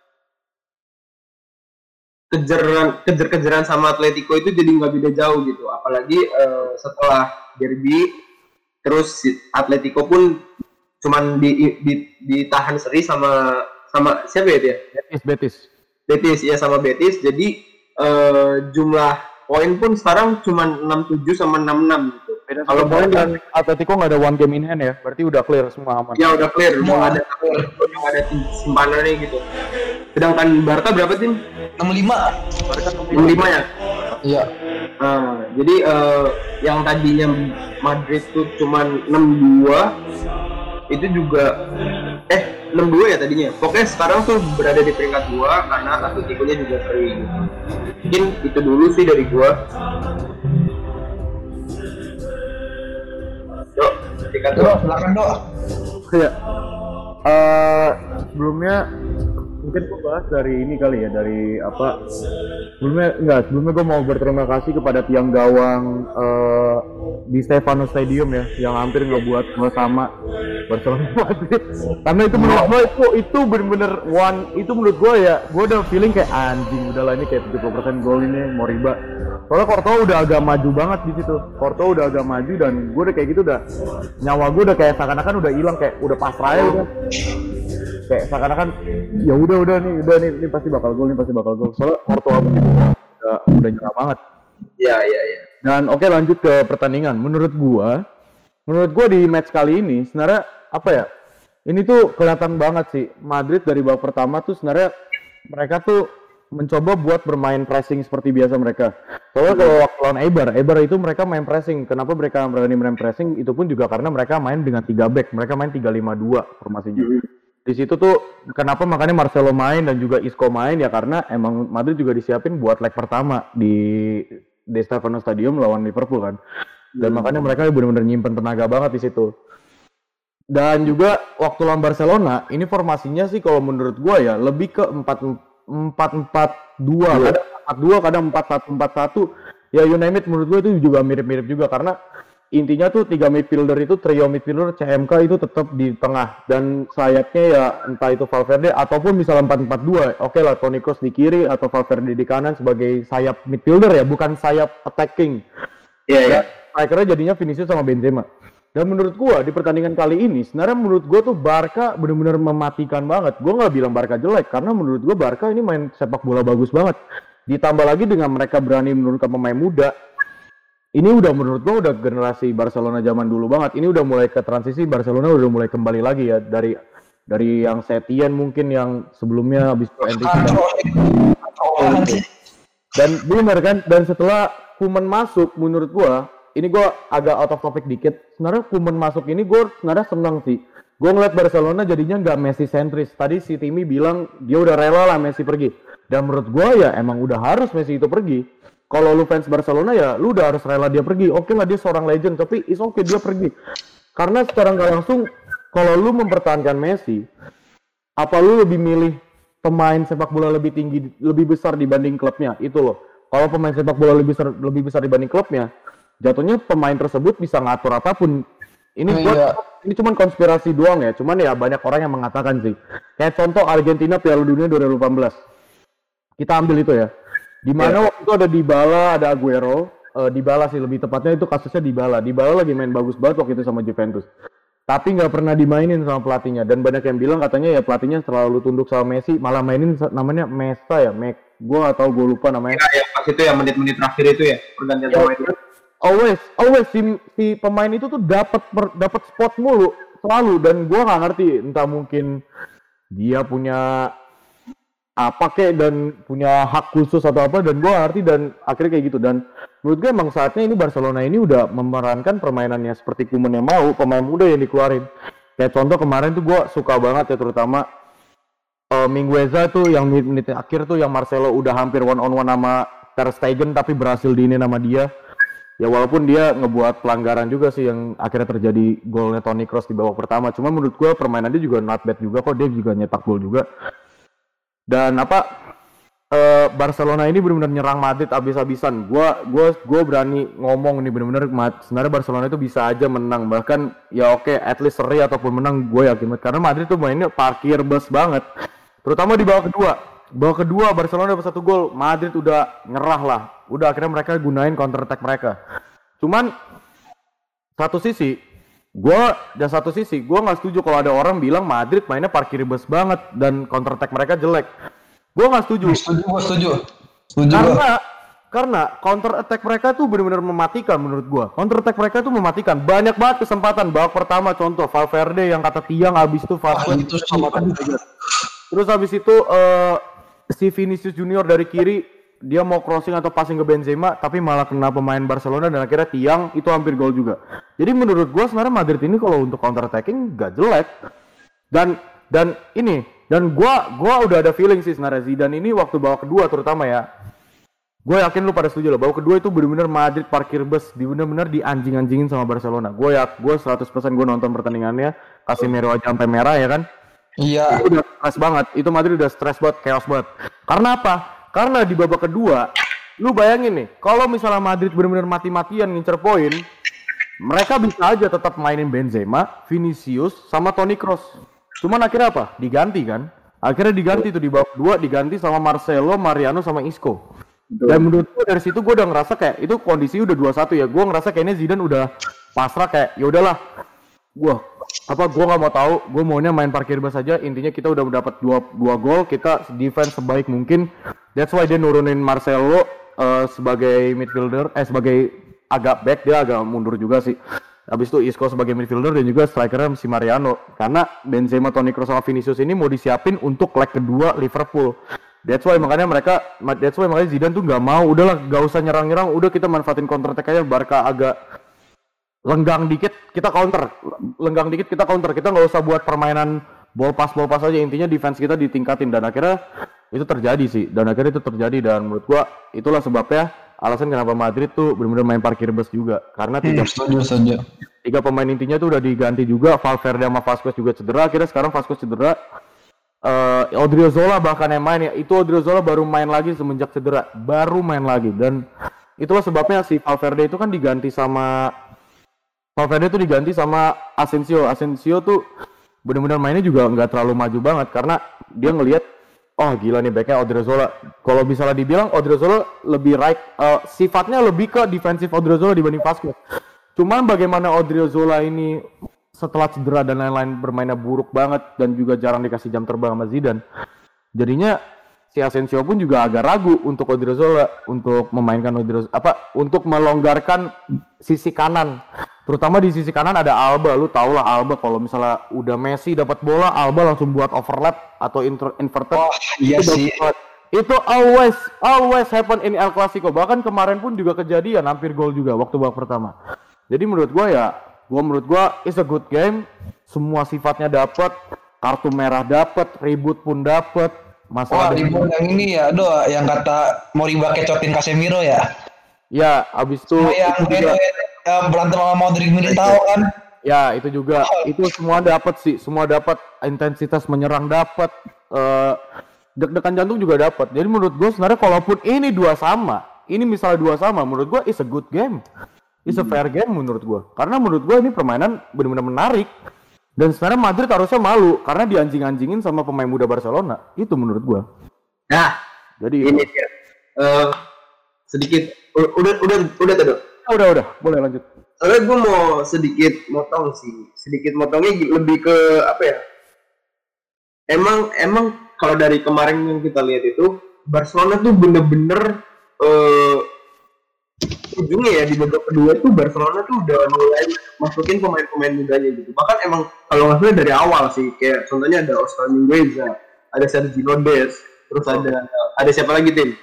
kejaran kejar-kejaran sama Atletico itu jadi nggak beda jauh gitu. Apalagi uh, setelah derby, terus Atletico pun cuman di, di, ditahan seri sama sama siapa ya dia?
Betis, Betis.
Betis ya, sama Betis. Jadi uh, jumlah poin pun sekarang cuman enam puluh tujuh sama enam puluh enam gitu.
Kalau poin dan Atletico nggak ada one game in hand ya, berarti udah clear semua aman.
Ya udah clear, mau ada mau ada simpanannya gitu. Sedangkan Barca berapa tim?
enam puluh lima.
Barca enam puluh lima ya?
Iya.
Nah, jadi uh, yang tadinya Madrid tuh cuman enam puluh dua itu juga eh enam puluh dua ya tadinya. Pokoknya sekarang tuh berada di peringkat dua karena Atletico-nya juga sering. Mungkin itu dulu sih dari gua. Yuk, peringkat dua.
Silakan, Dok.
Ya. Uh, sebelumnya mungkin gue bahas dari ini kali ya, dari apa sebelumnya enggak sebelumnya gue mau berterima kasih kepada tiang gawang uh, di Stefano Stadium ya, yang hampir ngebuat gue sama Barcelona Madrid, karena itu menurut gue itu itu bener-bener one, itu menurut gue ya, gue udah feeling kayak anjing udahlah ini kayak tujuh puluh persen gol ini Moriba, soalnya Courtois udah agak maju banget di situ, Courtois udah agak maju dan gue udah kayak gitu, udah nyawa gue udah kayak seakan-akan udah hilang, kayak udah pasrah ya udah kayak seakan-akan ya udah udah nih udah nih ini pasti bakal gol, ini pasti bakal gol, soalnya Courtois udah udah nyerah banget.
Iya iya iya.
Dan oke, lanjut ke pertandingan. Menurut gua, menurut gua di match kali ini sebenarnya apa ya? Ini tuh kelihatan banget sih Madrid dari babak pertama tuh sebenarnya mereka tuh mencoba buat bermain pressing seperti biasa mereka. Soalnya kalau waktu lawan Eibar, Eibar itu mereka main pressing. Kenapa mereka berani main pressing? Itu pun juga karena mereka main dengan tiga back. Mereka main tiga lima dua formasinya. Di situ tuh kenapa makanya Marcelo main dan juga Isco main ya karena emang Madrid juga disiapin buat leg pertama di Di Stefano Stadium lawan Liverpool kan. Dan hmm. makanya mereka benar-benar nyimpen tenaga banget di situ. Dan juga waktu lawan Barcelona, ini formasinya sih kalau menurut gua ya lebih ke empat empat dua, kadang empat dua, kadang empat satu empat satu. Ya you name it, menurut gua itu juga mirip-mirip juga karena intinya tuh tiga midfielder itu trio midfielder C M K itu tetap di tengah dan sayapnya ya entah itu Valverde ataupun misalnya empat empat dua. Oke lah Toni Kroos di kiri atau Valverde di kanan sebagai sayap midfielder ya, bukan sayap attacking. Iya yeah, ya. Yeah. Akhirnya jadinya Vinicius sama Benzema. Dan menurut gua di pertandingan kali ini sebenarnya menurut gua tuh Barca benar-benar mematikan banget. Gua nggak bilang Barca jelek karena menurut gua Barca ini main sepak bola bagus banget. Ditambah lagi dengan mereka berani menurunkan pemain muda. Ini udah menurut gua udah generasi Barcelona zaman dulu banget. Ini udah mulai ke transisi, Barcelona udah mulai kembali lagi ya dari dari yang Setien mungkin yang sebelumnya habis itu Enrique dan, dan benar kan. Dan setelah Koeman masuk, menurut gua ini gua agak out of topic dikit. Sebenarnya Koeman masuk ini gua sebenarnya senang sih. Gua ngeliat Barcelona jadinya nggak Messi sentris. Tadi si Timmy bilang dia udah rela lah Messi pergi. Dan menurut gua ya emang udah harus Messi itu pergi. Kalau lu fans Barcelona ya lu udah harus rela dia pergi. Oke lah dia seorang legend tapi is oke okay dia pergi. Karena secara nggak langsung kalau lu mempertahankan Messi, apa lu lebih milih pemain sepak bola lebih tinggi, lebih besar dibanding klubnya? Itu loh. Kalau pemain sepak bola lebih besar lebih besar dibanding klubnya, jatuhnya pemain tersebut bisa ngatur apapun. Ini oh, buat, iya. Ini cuma konspirasi doang ya. Cuman ya banyak orang yang mengatakan sih. Kayak contoh Argentina Piala Dunia dua ribu delapan belas. Kita ambil itu ya. Di mana yeah. waktu itu ada Dybala, ada Aguero, uh, Dybala sih lebih tepatnya itu kasusnya Dybala. Dybala lagi main bagus banget waktu itu sama Juventus. Tapi nggak pernah dimainin sama pelatihnya dan banyak yang bilang katanya ya pelatihnya selalu tunduk sama Messi, malah mainin namanya Mesa ya, Mek. Gua nggak tahu, gue lupa namanya.
Ya, ya pas itu ya menit-menit terakhir itu ya pergantian
ya, pemain itu. Always, always si, si pemain itu tuh dapat dapat spot mulu selalu dan gua nggak ngerti entah mungkin dia punya apa kek dan punya hak khusus atau apa dan gue ngerti dan akhirnya kayak gitu. Dan menurut gue emang saatnya ini Barcelona ini udah memerankan permainannya seperti Koeman yang mau, pemain muda yang dikeluarin. Kayak contoh kemarin tuh gue suka banget ya terutama uh, Mingueza tuh yang menit-menit akhir tuh yang Marcelo udah hampir one on one sama Ter Stegen tapi berhasil diinin sama dia. Ya walaupun dia ngebuat pelanggaran juga sih yang akhirnya terjadi golnya Toni Kroos di babak pertama. Cuma menurut gue permainannya juga not bad juga kok, dia juga nyetak gol juga. Dan apa uh, Barcelona ini benar-benar nyerang Madrid abis-abisan. Gua gua gua berani ngomong nih benar-benar sebenarnya Barcelona itu bisa aja menang, bahkan ya oke okay, at least seri ataupun menang gue yakin banget karena Madrid tuh mainnya parkir bus banget. Terutama di babak kedua. Babak kedua Barcelona dapat satu gol, Madrid udah nyerah lah. Udah akhirnya mereka gunain counter attack mereka. Cuman satu sisi Gua dan satu sisi, gue nggak setuju kalau ada orang bilang Madrid mainnya parkir bus banget dan counter attack mereka jelek. Gue nggak setuju.
Setuju, gue setuju. Setuju.
Karena karena counter attack mereka tuh benar-benar mematikan menurut gue. Counter attack mereka tuh mematikan. Banyak banget kesempatan. Babak pertama contoh Valverde yang kata tiang, abis itu Valverde. Oh, terus abis itu uh, si Vinicius Junior dari kiri dia mau crossing atau passing ke Benzema tapi malah kena pemain Barcelona dan akhirnya tiang, itu hampir gol juga. Jadi menurut gue sebenarnya Madrid ini kalau untuk counter attacking gak jelek. Dan dan ini dan gue gue udah ada feeling sih sebenarnya Zidane ini waktu babak kedua terutama ya. Gue yakin lu pada setuju lah, babak kedua itu benar-benar Madrid parkir bus, di benar-benar dianjing-anjingin sama Barcelona. Gue ya gue seratus persen gue nonton pertandingannya, Casemiro aja sampai merah ya kan.
Iya.
Itu udah stres banget, itu Madrid udah stres banget, chaos banget. Karena apa? Karena di babak kedua, lu bayangin nih, kalau misalnya Madrid benar-benar mati-matian ngincer poin, mereka bisa aja tetap mainin Benzema, Vinicius, sama Toni Kroos. Cuman akhirnya apa? Diganti kan? Akhirnya diganti tuh di babak kedua, diganti sama Marcelo, Mariano, sama Isco. Dan menurut gue dari situ gue udah ngerasa kayak itu kondisi udah dua satu ya. Gue ngerasa kayaknya Zidane udah pasrah kayak ya udahlah. Gue apa gue nggak mau tahu, gue maunya main parkir bus saja. Intinya kita udah mendapat dua dua gol, kita defense sebaik mungkin. That's why dia nurunin Marcelo uh, sebagai midfielder, eh sebagai agak back, dia agak mundur juga sih. Habis itu Isco sebagai midfielder dan juga strikernya si Mariano. Karena Benzema, Toni Kroos sama Vinicius ini mau disiapin untuk leg kedua Liverpool. That's why makanya mereka, that's why makanya Zidane tuh nggak mau, udahlah nggak usah nyerang-nyerang, udah kita manfaatin counter attack aja. Barca agak lenggang dikit, kita counter, lenggang dikit kita counter, kita nggak usah buat permainan ball pass ball pass aja. Intinya defense kita ditingkatin dan akhirnya itu terjadi sih, dan akhirnya itu terjadi dan menurut gua itulah sebabnya alasan kenapa Madrid tuh benar-benar main parkir bus juga karena tiga,
setuju, setuju.
tiga pemain intinya tuh udah diganti juga, Valverde sama Vasquez juga cedera, akhirnya sekarang Vasquez cedera. Uh, Odriozola bahkan yang main ya, itu Odriozola baru main lagi semenjak cedera, baru main lagi dan itulah sebabnya si Valverde itu kan diganti sama Valverde itu diganti sama Asensio. Asensio tuh benar-benar mainnya juga nggak terlalu maju banget karena dia ngelihat oh gila nih backnya Odriozola. Kalau misalnya dibilang Odriozola lebih right, uh, sifatnya lebih ke defensif Odriozola dibanding Vasquez. Cuman bagaimana Odriozola ini setelah cedera dan lain-lain bermainnya buruk banget dan juga jarang dikasih jam terbang sama Zidane. Jadinya si Asensio pun juga agak ragu untuk Odriozola untuk memainkan Odriozola apa untuk melonggarkan sisi kanan. Terutama di sisi kanan ada Alba, lu tau lah Alba kalau misalnya udah Messi dapat bola, Alba langsung buat overlap atau inter- inverted.
Oh, iya
itu
sih.
dapat. Itu always always happen in El Clasico. Bahkan kemarin pun juga kejadian hampir gol juga waktu babak pertama. Jadi menurut gua ya Gua menurut gua it's a good game, semua sifatnya dapat, kartu merah dapat, ribut pun dapat, masalah.
Wah, ribut yang ini ya, doa yang kata Moriba kecotin Casemiro ya.
Ya, abis itu,
Sama yang
itu juga,
eh, berantem sama Modric Militao kan.
ya itu juga, itu semua dapat sih, semua dapat, intensitas menyerang dapat, uh, deg-degan jantung juga dapat. Jadi menurut gua sebenarnya kalaupun ini dua sama, ini misalnya dua sama, menurut gua it's a good game. It's a fair game menurut gue. Karena menurut gue ini permainan benar-benar menarik. Dan sebenarnya Madrid harusnya malu karena dianjing-anjingin sama pemain muda Barcelona. Itu menurut gue.
Nah,
jadi
ini dia. Uh, sedikit udah udah udah tuh.
Udah udah, boleh lanjut.
Soalnya gue mau sedikit motong sih. Sedikit motongnya lebih ke apa ya? Emang emang kalau dari kemarin yang kita lihat itu Barcelona tuh bener-bener uh, ujungnya ya di babak kedua tuh Barcelona tuh udah mulai masukin pemain-pemain mudanya gitu. Bahkan emang kalau nggak salah dari awal sih, kayak contohnya ada Oscar Mingueza, ada Sergio Des, terus ada ada siapa lagi tim?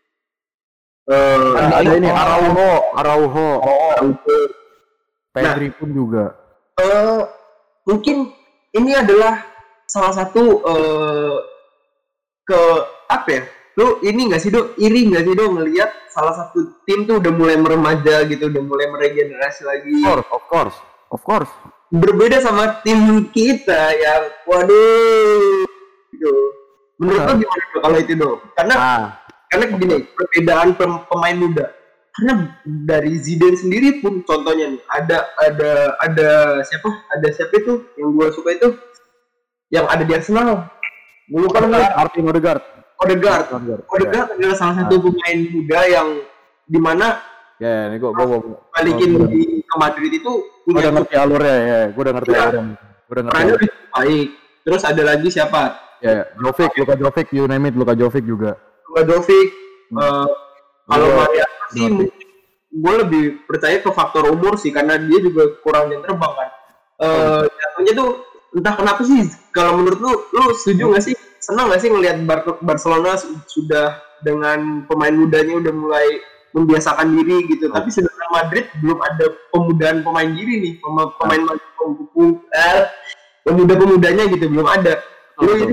Uh,
ada, ada ini Araujo, Araujo,
Araujo.
Pedri pun juga.
Uh, mungkin ini adalah salah satu uh, ke apa ya? Lu ini nggak sih do, iri nggak sih do ngelihat salah satu tim tuh udah mulai meremaja gitu, udah mulai meregenerasi lagi.
Of course, of course, of course.
Berbeda sama tim kita yang waduh gitu. Menurut lo gimana do kalau itu do? Karena ah. karena gini, perbedaan pem- pemain muda. Karena dari Zidane sendiri pun contohnya nih, ada ada ada siapa? Ada siapa itu yang gue suka itu yang ada di Arsenal. Gue lupa namanya.
Martin Odegaard.
Odegaard, Odegaard adalah salah satu pemain muda yang dimana
ya, yeah, ini gua gua
balikin oh, di ke Madrid itu
punya udah ngerti alurnya ya, gua udah ngerti ya. alurnya. Gua udah ngerti. Alurnya
baik. Terus ada lagi siapa?
Ya, yeah, Jovic, Luka Jovic, you name it, Luka Jovic juga.
Luka Jovic. Hmm. Uh, kalau Mariano sih, gue lebih percaya ke faktor umur sih karena dia juga kurang jam terbang kan. Uh, jatuhnya tuh entah kenapa sih. Kalau menurut lu, lu setuju nggak sih? Senang nggak sih ngelihat Bar- Barcelona sudah dengan pemain mudanya udah mulai membiasakan diri gitu, oh. Tapi sedangkan Madrid belum ada pemudaan pemain diri nih, Pem- pemain oh. eh, pemuda-pemudanya gitu belum ada.
Oh, lu iri?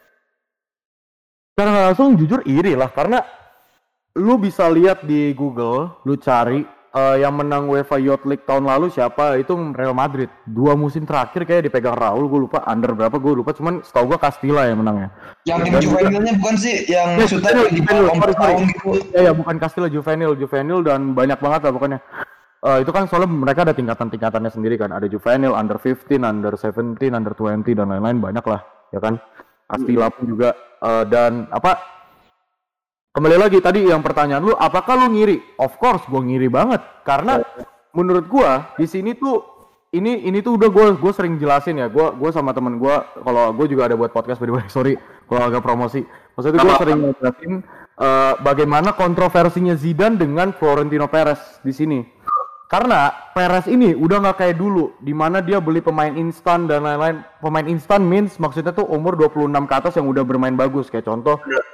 Karena langsung jujur iri lah karena lu bisa lihat di Google, lu cari uh, yang menang UEFA Youth League tahun lalu siapa, itu Real Madrid. Dua musim terakhir kayak dipegang Raul, gue lupa under berapa, gue lupa, cuman setahu gue Castilla yang menangnya.
Yang tim juvenilnya bukan sih, yang
ya,
sudah di
tahun gitu. Ya, ya bukan Castilla, juvenil, juvenil dan banyak banget lah pokoknya. Uh, itu kan soalnya mereka ada tingkatan-tingkatannya sendiri kan, ada juvenil, under fifteen, under seventeen, under twenty dan lain-lain banyak lah, ya kan. Castilla pun juga uh, dan apa? Kembali lagi tadi yang pertanyaan lu, apakah lu ngiri? Of course, gue ngiri banget. Karena menurut gue di sini tuh ini ini tuh udah gue gue sering jelasin ya. Gue gue sama temen gue, kalau gue juga ada buat podcast by the way, sorry kalau agak promosi. Maksudnya gue sering jelasin uh, bagaimana kontroversinya Zidane dengan Florentino Perez di sini. Karena Perez ini udah nggak kayak dulu, di mana dia beli pemain instan dan lain-lain. Pemain instan means maksudnya tuh umur dua puluh enam ke atas yang udah bermain bagus, kayak contoh.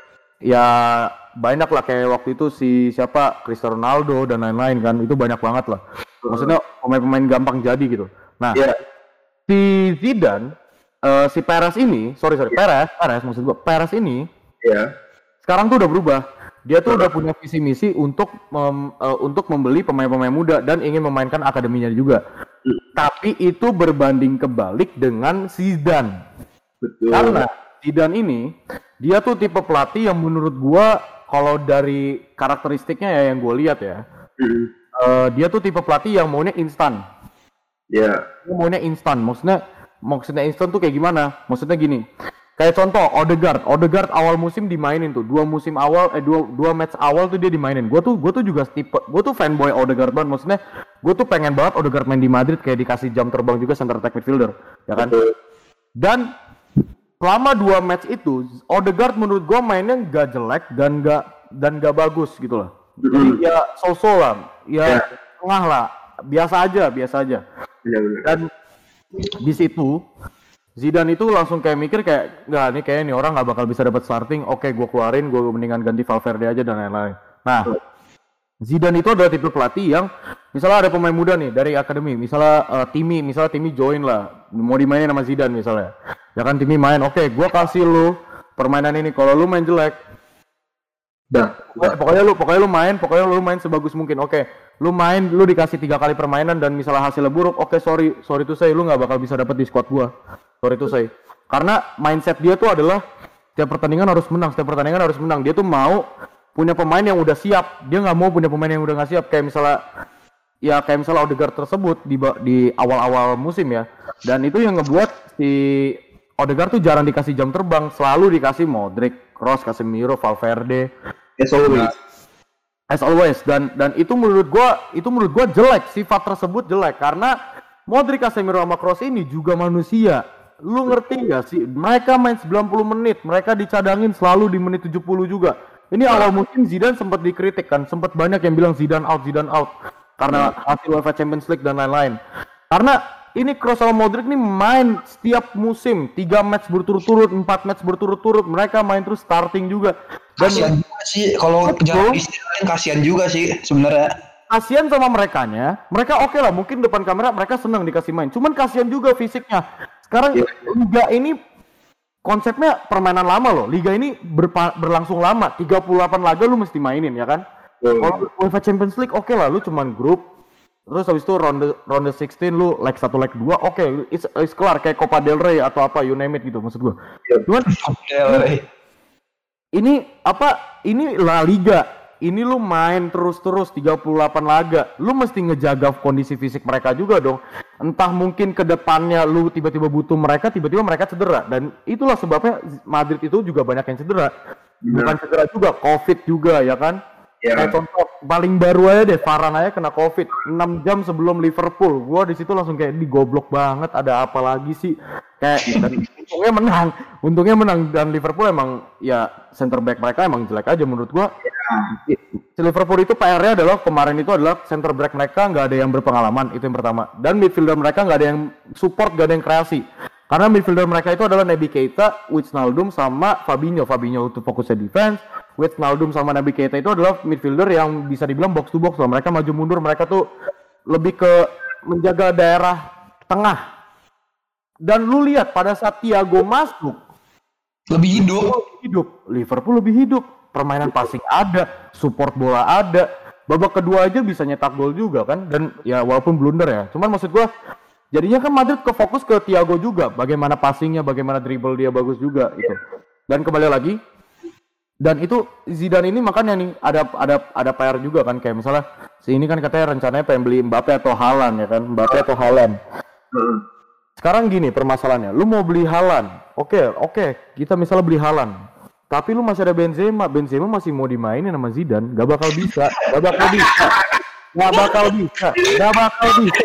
ya banyak lah kayak waktu itu si siapa Cristiano Ronaldo dan lain-lain kan, itu banyak banget lah. Maksudnya pemain-pemain gampang jadi gitu. Nah,
Iya.
si Zidane, uh, si Perez ini, sorry sorry Perez, Perez maksud gua Perez ini,
Iya.
sekarang tuh udah berubah. Dia tuh udah punya visi misi untuk mem, uh, untuk membeli pemain-pemain muda dan ingin memainkan akademinya juga.
Hmm.
Tapi itu berbanding kebalik dengan Zidane.
Betul.
Karena Zidane ini dia tuh tipe pelatih yang menurut gua kalau dari karakteristiknya ya yang gua lihat ya,
Hmm.
uh, dia tuh tipe pelatih yang maunya instan.
Iya.
Dia maunya instan. Maksudnya maksudnya instan tuh kayak gimana? Maksudnya gini. Kayak contoh Odegaard, Odegaard awal musim dimainin tuh, dua musim awal, eh dua dua match awal tuh dia dimainin. Gue tuh gue tuh juga tipe, gue tuh fanboy Odegaard banget. Maksudnya gue tuh pengen banget Odegaard main di Madrid kayak dikasih jam terbang juga center attack midfielder, ya kan?
Betul.
Dan selama dua match itu Odegaard menurut gue mainnya nggak jelek dan nggak dan nggak bagus gitu loh. Jadi ya so-so lah, ya
Ya.
tengah lah, biasa aja, biasa aja.
Benar-benar.
Dan di situ Zidane itu langsung kayak mikir kayak nggak nih kayak nih orang nggak bakal bisa dapat starting, oke gue keluarin, gue mendingan ganti Valverde aja dan lain-lain. Nah, Zidane itu adalah tipe pelatih yang misalnya ada pemain muda nih dari akademi, misalnya uh, Timi, misalnya Timi join lah, mau dimainin sama Zidane misalnya, ya kan Timi main, oke gue kasih lu permainan ini, kalau lu main jelek,
Dah.
pokoknya, pokoknya lu pokoknya lu main, pokoknya lu main sebagus mungkin, oke, lu main, lu dikasih tiga kali permainan dan misalnya hasilnya buruk, oke sorry, sorry tuh saya, lu nggak bakal bisa dapet di squad gua. Sorry itu saya. Karena mindset dia tuh adalah setiap pertandingan harus menang, setiap pertandingan harus menang. Dia tuh mau punya pemain yang udah siap. Dia nggak mau punya pemain yang udah nggak siap. Kayak misalnya, ya kayak misalnya Odegaard tersebut di di awal-awal musim ya. Dan itu yang ngebuat si Odegaard tuh jarang dikasih jam terbang. Selalu dikasih Modric, Kroos, Casemiro, Valverde.
As always.
As always. Dan dan itu menurut gua itu menurut gua jelek. Sifat tersebut jelek karena Modric, Casemiro sama Kroos ini juga manusia. Lu ngerti gak sih? Mereka main sembilan puluh menit, mereka dicadangin selalu di menit tujuh puluh juga. Ini awal musim Zidane sempat dikritik kan, sempat banyak yang bilang Zidane out, Zidane out karena hasil UEFA Champions League dan lain-lain. Karena ini Kroos sama Modric nih main setiap musim, tiga match berturut-turut, empat match berturut-turut, mereka main terus starting juga. Dan
Kasian juga sih kalau jangan istilahnya kasihan juga sih sebenarnya.
kasihan sama merekanya, mereka oke lah, mungkin depan kamera mereka senang dikasih main. Cuman kasihan juga fisiknya. Sekarang
Iya.
liga ini konsepnya permainan lama loh. Liga ini berpa- berlangsung lama, tiga puluh delapan laga lu mesti mainin ya kan.
Hmm.
Kalau UEFA Champions League oke lah, lu cuman grup. Terus habis itu ronde ronde enam belas lu leg satu leg dua, oke, it's, it's kelar kayak Copa del Rey atau apa you name it gitu maksud gua.
Iya.
Cuman ini apa? Ini La Liga. Ini lu main terus-terus tiga puluh delapan laga. Lu mesti ngejaga kondisi fisik mereka juga dong. Entah mungkin ke depannya lu tiba-tiba butuh mereka, tiba-tiba mereka cedera. Dan itulah sebabnya Madrid itu juga banyak yang cedera. Bukan cedera juga, Covid juga ya kan.
Ya.
Kayak contoh paling baru aja deh, Varane aja kena Covid enam jam sebelum Liverpool. Gua di situ langsung kayak digoblok banget, ada apa lagi sih? Kayak dan untungnya menang. Untungnya menang dan Liverpool emang ya center back mereka emang jelek aja menurut gua.
Ya.
Liverpool itu P R-nya adalah kemarin itu adalah center back mereka nggak ada yang berpengalaman, itu yang pertama. Dan midfielder mereka nggak ada yang support, nggak ada yang kreasi. Karena midfielder mereka itu adalah Naby Keita, Wijnaldum sama Fabinho. Fabinho itu fokusnya defense. Wijnaldum sama Naby Keita itu adalah midfielder yang bisa dibilang box to box loh. Mereka maju mundur, mereka tuh lebih ke menjaga daerah tengah. Dan lu lihat pada saat Thiago masuk,
Lebih hidup.
hidup. Liverpool lebih hidup. Permainan passing ada, support bola ada. Babak kedua aja bisa nyetak gol juga kan. Dan ya walaupun blunder ya. Cuman maksud gua jadinya kan Madrid ke fokus ke Thiago juga. Bagaimana passingnya, bagaimana dribble dia bagus juga gitu. Dan kembali lagi. Dan itu Zidane ini makanya nih ada ada ada P R juga kan, kayak misalnya si ini kan katanya rencananya pengen beli Mbappe atau Haaland ya kan, Mbappe atau Haaland.
Hmm.
Sekarang gini permasalahannya, lu mau beli Haaland, oke oke kita misalnya beli Haaland, tapi lu masih ada Benzema, Benzema masih mau dimainin sama Zidane, gak bakal bisa, gak bakal bisa, gak bakal bisa, gak bakal bisa.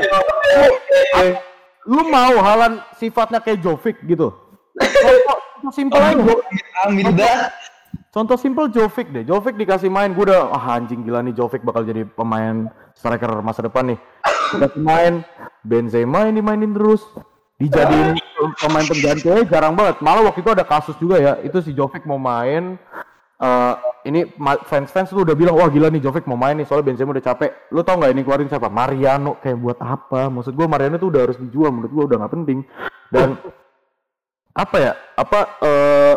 Lu, lu mau Haaland sifatnya kayak Jovic gitu? Contoh simpel aja.
Amin dah.
Contoh simpel Jovic deh, Jovic dikasih main, gue udah, ah anjing gila nih Jovic bakal jadi pemain striker masa depan nih. Dikasih main, Benzema ini mainin terus, dijadiin pemain pengganti aja jarang banget. Malah waktu itu ada kasus juga ya, itu si Jovic mau main, uh, ini fans-fans tuh udah bilang, wah gila nih Jovic mau main nih soalnya Benzema udah capek. Lu tau nggak ini keluarin siapa? Mariano. Kayak buat apa? Maksud gue Mariano tuh udah harus dijual, menurut gue udah nggak penting. Dan apa ya? Apa uh,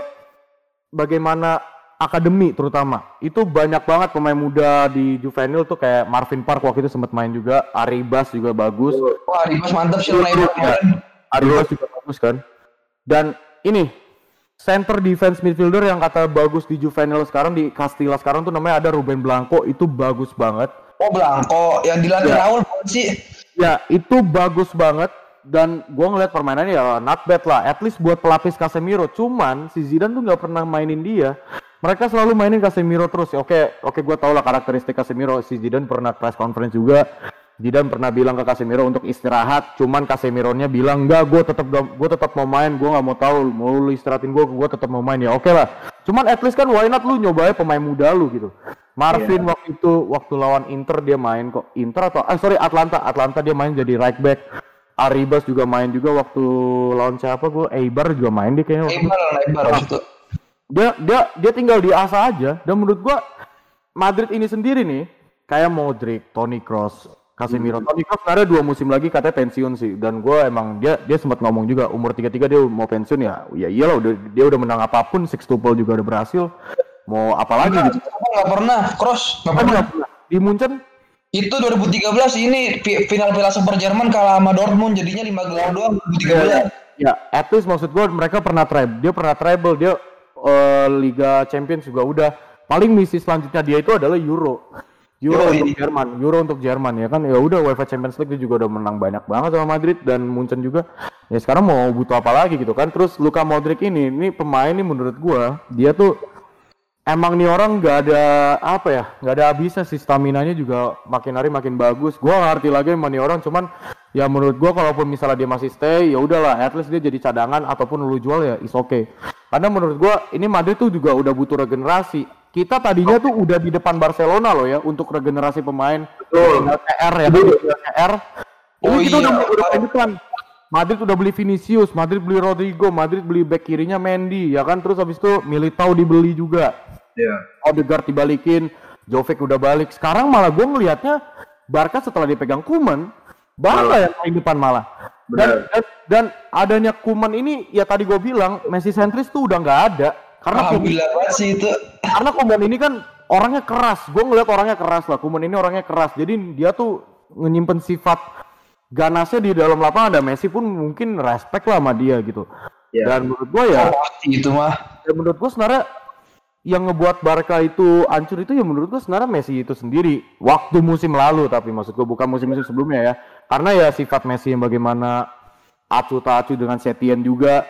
bagaimana akademi terutama itu banyak banget pemain muda di juvenil tuh kayak Marvin Park waktu itu sempat main juga, Arribas juga bagus.
Wah, Arribas mantap sih lain
Arribas juga bagus kan. Dan ini center defense midfielder yang kata bagus di juvenil sekarang di Castilla sekarang tuh namanya ada Ruben Blanco, itu bagus banget.
Oh Blanco yang dilatih
ya.
Raul bukan sih?
Ya itu bagus banget dan gue ngeliat permainannya ya not bad lah, at least buat pelapis Casemiro. Cuman si Zidane tuh nggak pernah mainin dia. Mereka selalu mainin Casemiro terus. Ya, oke, oke gue tau lah karakteristik Casemiro. Si Zidane pernah press conference juga. Zidane pernah bilang ke Casemiro untuk istirahat. Cuman Casemironya bilang enggak, gue tetap gue tetap mau main. Gue nggak mau tahu mau lu istirahatin gue, gue tetap mau main ya. Oke lah. Cuman at least kan why not lu nyobain pemain muda lu gitu. Marvin yeah. waktu itu waktu lawan Inter dia main kok. Inter atau ah sorry Atlanta, Atlanta dia main jadi right back. Arribas juga main juga waktu lawan siapa gue. Eibar juga main dia kayaknya.
Eibar, Eibar waktu itu.
Dia dia dia tinggal di asa aja dan menurut gua Madrid ini sendiri nih kayak Modric, Toni Kroos, Casemiro. Hmm. Toni Kroos ada dua musim lagi katanya pensiun sih dan gua emang dia dia sempat ngomong juga umur tiga puluh tiga dia mau pensiun ya. Ya iyalah udah dia udah menang apapun, sextuple juga udah berhasil. Mau apa lagi gitu.
Enggak pernah, Kroos enggak pernah.
pernah. Di Munchen
itu dua ribu tiga belas ini final Piala Super Jerman kalah sama Dortmund jadinya lima gelar doang dua ribu tiga belas.
Ya, at least maksud gua mereka pernah treble. Dia pernah treble, dia Uh, Liga Champions juga udah. Paling misi selanjutnya dia itu adalah Euro. Euro
Yo,
untuk ini. Jerman, Euro untuk Jerman ya kan. Ya udah UEFA Champions League dia juga udah menang banyak banget sama Madrid dan Munchen juga. Ya sekarang mau butuh apa lagi gitu kan. Terus Luka Modric ini, ini pemain ini menurut gua dia tuh emang nih orang nggak ada apa ya, nggak ada habisnya sih, staminanya juga makin hari makin bagus. Gua ngerti lagi sama nih orang, cuman ya menurut gua kalaupun misalnya dia masih stay, ya udahlah, at least dia jadi cadangan ataupun lu jual ya is okay. Karena menurut gua ini Madrid tuh juga udah butuh regenerasi. Kita tadinya tuh udah di depan Barcelona loh ya untuk regenerasi pemain. Betul. L C R ya, L C R. Ini oh kita iya. udah udah di depan. Madrid udah beli Vinicius, Madrid beli Rodrigo, Madrid beli back kirinya Mendy, ya kan, terus habis itu Militao dibeli juga. Iya. Yeah. Odegaard dibalikin, Jovic udah balik. Sekarang malah gue ngelihatnya Barca setelah dipegang Koeman, Barca yang paling depan malah. Dan, dan dan adanya Koeman ini ya tadi gue bilang Messi sentris tuh udah nggak ada. Karena
Koeman sih itu.
Karena Koeman ini kan orangnya keras. Gue ngeliat orangnya keras lah. Koeman ini orangnya keras. Jadi dia tuh menyimpan sifat ganasnya di dalam lapangan. Ada Messi pun mungkin respect lah sama dia gitu. Yeah. Dan menurut gue ya.
Oh, itu mah.
Dan menurut gue sebenarnya yang ngebuat Barca itu hancur itu ya menurut gue sebenarnya Messi itu sendiri. Waktu musim lalu tapi maksud gue bukan musim-musim sebelumnya ya. Karena ya sifat Messi yang bagaimana acu tak acu dengan Setien juga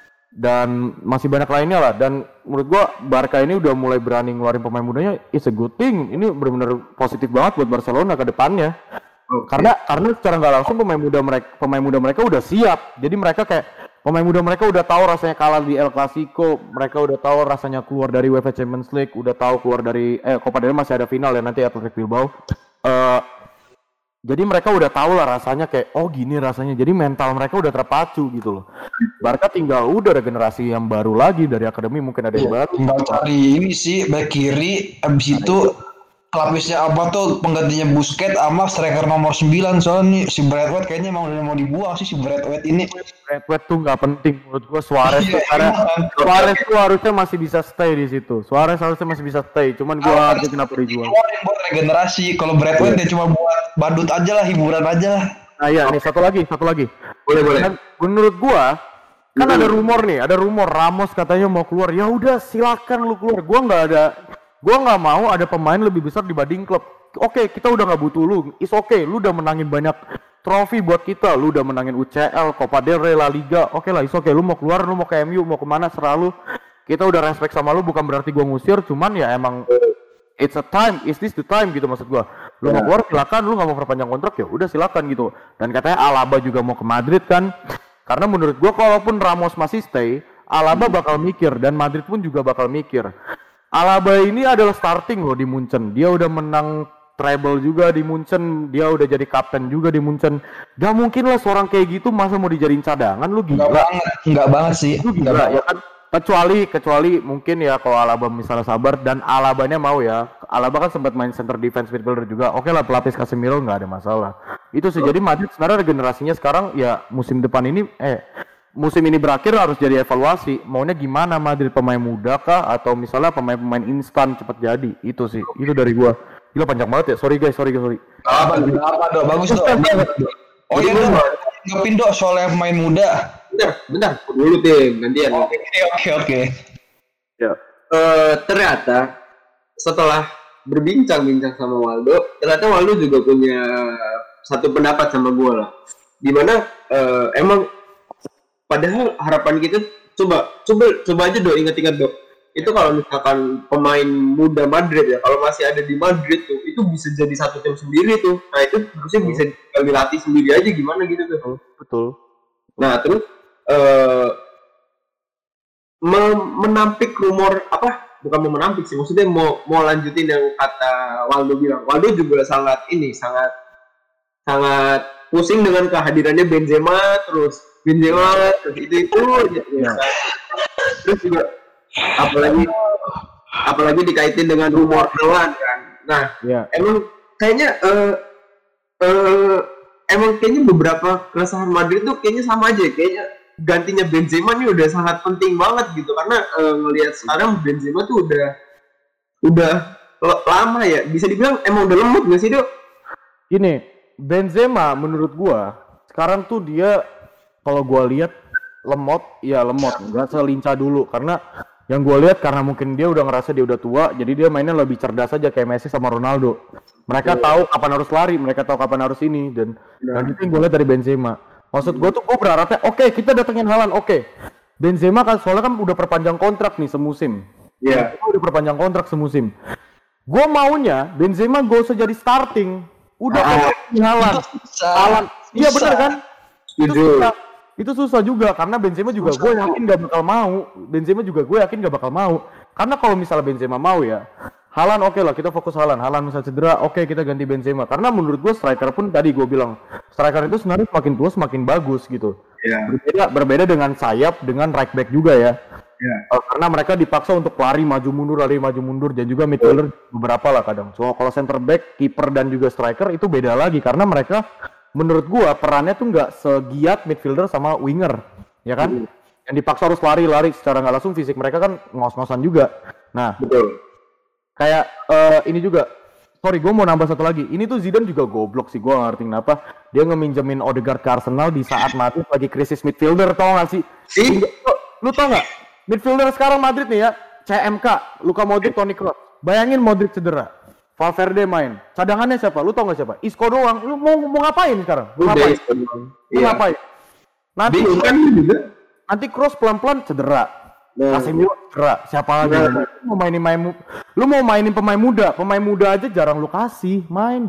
dan masih banyak lainnya lah. Dan menurut gua Barca ini udah mulai berani ngeluarin pemain mudanya, it's a good thing. Ini benar-benar positif banget buat Barcelona ke depannya. Okay. Karena karena secara nggak langsung pemain muda mereka pemain muda mereka udah siap. Jadi mereka kayak pemain muda mereka udah tahu rasanya kalah di El Clasico, mereka udah tahu rasanya keluar dari UEFA Champions League, udah tahu keluar dari eh Copa del Rey masih ada final ya nanti Athletic Bilbao. Uh, Jadi mereka udah tahu lah rasanya kayak oh gini rasanya. Jadi mental mereka udah terpacu gitu loh. Barca tinggal udah regenerasi yang baru lagi dari akademi mungkin ada yang
ya,
baru.
Tinggal cari ini sih back kiri, abis itu pelapisnya apa tuh penggantinya Busquets sama striker nomor sembilan soalnya nih si Braithwaite kayaknya emang udah mau dibuang sih si Braithwaite ini.
Braithwaite tuh nggak penting menurut gua. Suarez tuh karena Suarez tuh harusnya masih bisa stay di situ. Suarez harusnya masih bisa stay. Cuman gua harusnya kenapa dijual?
Buat regenerasi. Kalau Braithwaite dia cuma buat badut aja lah, hiburan aja lah.
Nah iya nih satu lagi, satu lagi.
Boleh boleh.
Dan menurut gua kan hmm. ada rumor nih, ada rumor Ramos katanya mau keluar. Ya udah silakan lu keluar. Gua nggak ada, gua nggak mau ada pemain lebih besar dibanding klub. Oke, kita udah nggak butuh lu. It's okay, lu udah menangin banyak trofi buat kita. Lu udah menangin U C L, Copa del Rey, La Liga. Oke lah, it's okay. Lu mau keluar, lu mau ke M U, mau kemana serah lu. Kita udah respect sama lu, bukan berarti gua ngusir. Cuman ya emang it's a time, is this the time gitu maksud gua. Lu yeah. mau keluar silakan, lu nggak mau perpanjang kontrak ya udah silakan gitu. Dan katanya Alaba juga mau ke Madrid kan. Karena menurut gua kalaupun Ramos masih stay, Alaba bakal mikir dan Madrid pun juga bakal mikir. Alaba ini adalah starting loh di Munchen. Dia udah menang treble juga di Munchen, dia udah jadi kapten juga di Munchen. Gak mungkin lah seorang kayak gitu masa mau dijadiin cadangan, lu gila.
Enggak banget, enggak banget sih.
Lu gila ya kan. kecuali kecuali mungkin ya kalau Alaba misalnya sabar dan Alabanya mau ya. Alaba kan sempat main center defense midfielder juga. Oke lah pelapis Casemiro nggak ada masalah. Itu sih. Jadi Madrid sebenarnya regenerasinya sekarang ya musim depan ini eh musim ini berakhir harus jadi evaluasi. Maunya gimana Madrid, pemain muda kah atau misalnya pemain-pemain instan cepat jadi. Itu sih. Itu dari gua. Gila panjang banget ya. Sorry guys, sorry guys, sorry.
Apa apa dok? Bagus dok. Oh iya dok. Ngepin dok soal yang pemain muda.
Bentar, bentar. Dulu tim gantian.
Oke oke oke.
Ya. Eh ternyata setelah berbincang-bincang sama Waldo, ternyata Waldo juga punya satu pendapat sama gue lah. Dimana uh, emang padahal harapan kita coba coba coba aja dok, ingat-ingat dok. Itu kalau misalkan pemain muda Madrid ya, kalau masih ada di Madrid tuh, itu bisa jadi satu tim sendiri tuh. Nah itu harusnya bisa dilatih sendiri aja gimana gitu tuh.
Betul.
Nah terus uh, menampik rumor apa? Bukan mau menampik sih, maksudnya mau mau lanjutin yang kata Waldo bilang. Waldo juga sangat ini, sangat sangat pusing dengan kehadirannya Benzema, terus Benzema terus itu itu gitu. Ya. Terus juga apalagi apalagi dikaitin dengan rumor Haaland kan. Nah, ya. emang kayaknya uh, uh, emang kayaknya beberapa keresahan Madrid tuh kayaknya sama aja, kayaknya gantinya Benzema nih udah sangat penting banget gitu karena uh, ngelihat sekarang Benzema tuh udah udah lama ya, bisa dibilang emang udah lemot nggak sih dok?
Gini, Benzema menurut gua sekarang tuh dia kalau gua lihat lemot, ya lemot, nggak selincah dulu karena yang gua lihat karena mungkin dia udah ngerasa dia udah tua, jadi dia mainnya lebih cerdas aja kayak Messi sama Ronaldo. Mereka yeah. tahu kapan harus lari, mereka tahu kapan harus ini dan yeah. dan itu yang gua lihat dari Benzema. Maksud gue tuh gue berharapnya oke okay, kita datengin Haaland oke okay. Benzema kan soalnya kan udah perpanjang kontrak nih semusim. Iya. Yeah. Udah perpanjang kontrak semusim. Gue maunya Benzema gak usah jadi starting. Udah ah, Haaland. Haaland. Iya benar kan? Itu susah. Itu susah juga karena Benzema juga gue yakin gak bakal mau. Benzema juga gue yakin gak bakal mau. Karena kalau misalnya Benzema mau ya Haaland oke okay lah, kita fokus Haaland. Haaland misalnya cedera, oke okay, kita ganti Benzema. Karena menurut gue striker pun tadi gue bilang, striker itu sebenarnya semakin tua semakin bagus gitu. Yeah. Berbeda, berbeda dengan sayap, dengan right back juga ya. Yeah. Uh, karena mereka dipaksa untuk lari maju mundur, lari maju mundur dan juga midfielder yeah. beberapa lah kadang. So kalau center back, kiper dan juga striker itu beda lagi karena mereka menurut gue perannya tuh nggak segiat midfielder sama winger, ya kan? Yeah. Yang dipaksa harus lari-lari secara nggak langsung fisik mereka kan ngos-ngosan juga. Nah. Betul. Kayak uh, ini juga, sorry gue mau nambah satu lagi. Ini tuh Zidane juga goblok sih, gue gak ngerti kenapa dia ngeminjemin Odegaard ke Arsenal di saat Madrid lagi krisis midfielder, tau gak sih? Si? Lu, lu tau gak? Midfielder sekarang Madrid nih ya, C M K, Luka Modric, Toni Kroos. Bayangin Modric cedera, Valverde main, cadangannya siapa? Lu tau gak siapa? Isco doang. Lu mau mau ngapain sekarang? Lu ngapain? Lu iya. ngapain? Nanti kan juga. Nanti Kroos pelan-pelan cedera. Casemiro cedera, siapa lagi? Nah. Lu mau mainin main, lu mau mainin pemain muda, pemain muda aja jarang lu kasih main.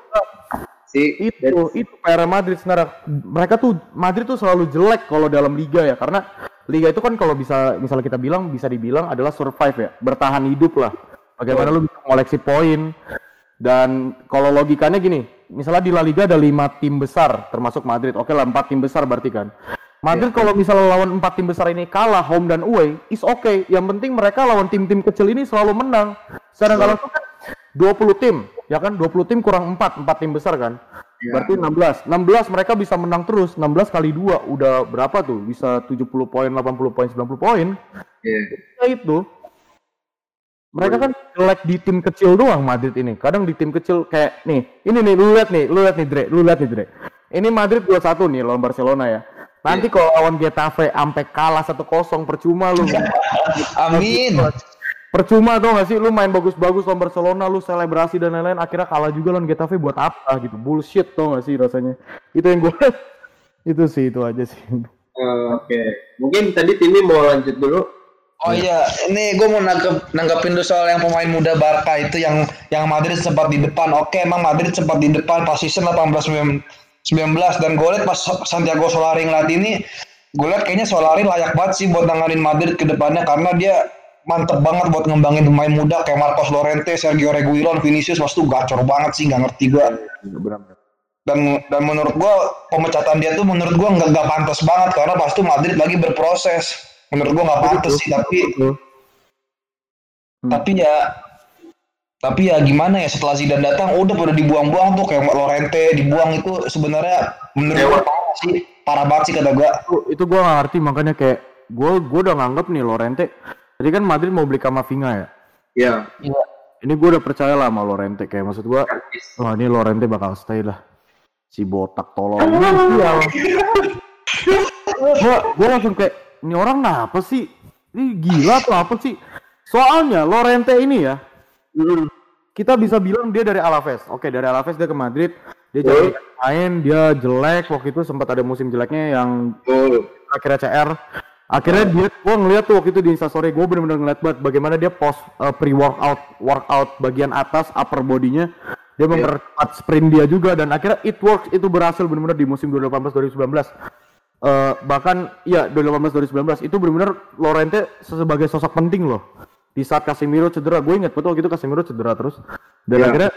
Si itu itu P R Madrid sebenarnya. Mereka tuh Madrid tuh selalu jelek kalau dalam liga ya, karena liga itu kan kalau bisa misalnya kita bilang bisa dibilang adalah survive ya, bertahan hidup lah. Bagaimana oh. lu bisa koleksi poin dan kalau logikanya gini, misalnya di La Liga ada lima tim besar termasuk Madrid, oke lah empat tim besar berarti kan. Madrid yeah. kalau misalnya lawan empat tim besar ini kalah home dan away, is okay. Yang penting mereka lawan tim-tim kecil ini selalu menang. Secara nggak langsung kan dua puluh tim, ya kan? dua puluh tim kurang empat, empat tim besar kan? Yeah. Berarti enam belas. enam belas mereka bisa menang terus. enam belas kali dua udah berapa tuh? Bisa tujuh puluh poin, delapan puluh poin, sembilan puluh poin. Iya. Yeah. Itu. Mereka kan jelek di tim kecil doang Madrid ini. Kadang di tim kecil kayak nih, ini nih lu lihat nih, lu lihat nih Dre, lu lihat nih Dre. Ini Madrid dua satu nih lawan Barcelona ya. Nanti kalau lawan Getafe sampai kalah satu kosong percuma lu.
Amin.
Percuma tuh gak sih lu main bagus-bagus lawan Barcelona, lu selebrasi dan lain-lain akhirnya kalah juga lawan Getafe buat apa gitu. Bullshit tuh gak sih rasanya. Itu yang gue itu sih itu aja sih.
Uh, Oke. Okay. Mungkin tadi Timi mau lanjut dulu.
Oh iya, ini gue mau nanggep, nanggepin dulu soal yang pemain muda Barca itu yang yang Madrid sempat di depan. Oke, emang Madrid sempat di depan pas season delapan belas sembilan belas dan gue liat pas Santiago Solari ngelatih ini, gue liat kayaknya Solari layak banget sih buat nanganin Madrid ke depannya karena dia mantep banget buat ngembangin pemain muda kayak Marcos Llorente, Sergio Reguilon, Vinicius, pas itu gacor banget sih, nggak ngerti gue. Dan dan menurut gue pemecatan dia tuh menurut gue nggak nggak pantas banget karena pas itu Madrid lagi berproses. Menurut gua nggak pantas sih, tapi
Betul. Hmm.
tapi ya tapi ya gimana ya, setelah Zidane datang udah pada dibuang-buang tuh, kayak Llorente dibuang. Itu sebenarnya menurut gua parah sih, parah banget sih kata gua.
Itu, itu gue nggak ngerti, makanya kayak gue gue udah nganggep nih Llorente. Tadi kan Madrid mau beli Camavinga ya.
Iya.
Iya.
Ini gue udah percaya lah sama Llorente, kayak maksud gue, wah ini Llorente bakal stay lah. Si botak tolong. Gue gue langsung kayak, ini orang ngapa sih? Ini gila tuh apa sih? Soalnya Llorente ini ya, kita bisa bilang dia dari Alaves. Oke, dari Alaves dia ke Madrid, dia jadi main, dia jelek waktu itu, sempat ada musim jeleknya yang
Betul.
akhirnya C R. Akhirnya dia, gue ngeliat tuh waktu itu di Instastory, gue bener-bener ngeliat banget bagaimana dia post uh, pre-workout, workout bagian atas, upper body-nya, dia mempercepat sprint dia juga, dan akhirnya it works, itu berhasil bener-bener di musim dua ribu delapan belas dua ribu sembilan belas. Uh, bahkan, iya dua ribu delapan belas dua ribu sembilan belas, itu bener-bener Llorente sebagai sosok penting loh. Di saat Casemiro cedera, gue inget betul waktu itu Casemiro cedera terus, dan
Yeah.
akhirnya,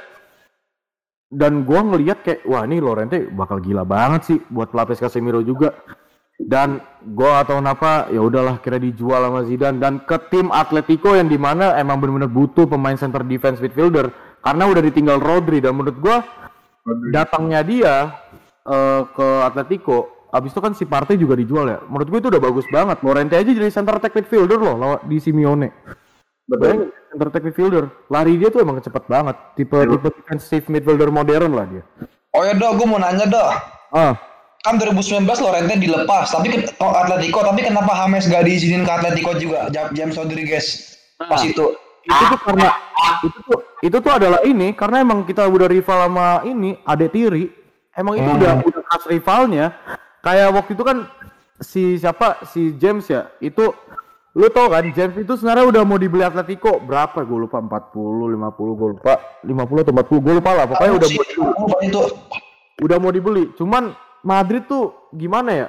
dan gue ngeliat kayak, wah ini Llorente bakal gila banget sih buat pelapis Casemiro juga. Dan gue atau kenapa ya udahlah kira dijual sama Zidane dan ke tim Atletico yang dimana emang benar-benar butuh pemain center defense midfielder karena udah ditinggal Rodri. Dan menurut gue datangnya dia uh, ke Atletico, abis itu kan si Partey juga dijual ya, menurut gue itu udah bagus banget. Llorente aja jadi center attack midfielder loh law- di Simeone. Betul. Center attack midfielder, lari dia tuh emang cepet banget, tipe tipe defensive midfielder modern lah dia.
Oh ya dah, gue mau nanya dah.
Ah,
Kan dua ribu sembilan belas Llorente dilepas, tapi ke ke Atletico, tapi kenapa James gak diizinin ke Atletico juga? Ja- James Rodriguez pas
Nah.
itu.
itu tuh karena itu tuh itu tuh adalah ini karena emang kita udah rival sama ini Ade Tiri, emang itu
Hmm.
udah udah khas rivalnya. Kayak waktu itu kan si siapa si James ya, itu lu tau kan James itu sebenarnya udah mau dibeli Atletico berapa, gue lupa, empat puluh lima puluh, gue lupa lima puluh atau empat puluh, gue lupa lah, pokoknya udah
Sih,
mau,
aku lupa itu.
udah mau dibeli. Cuman Madrid tuh gimana ya,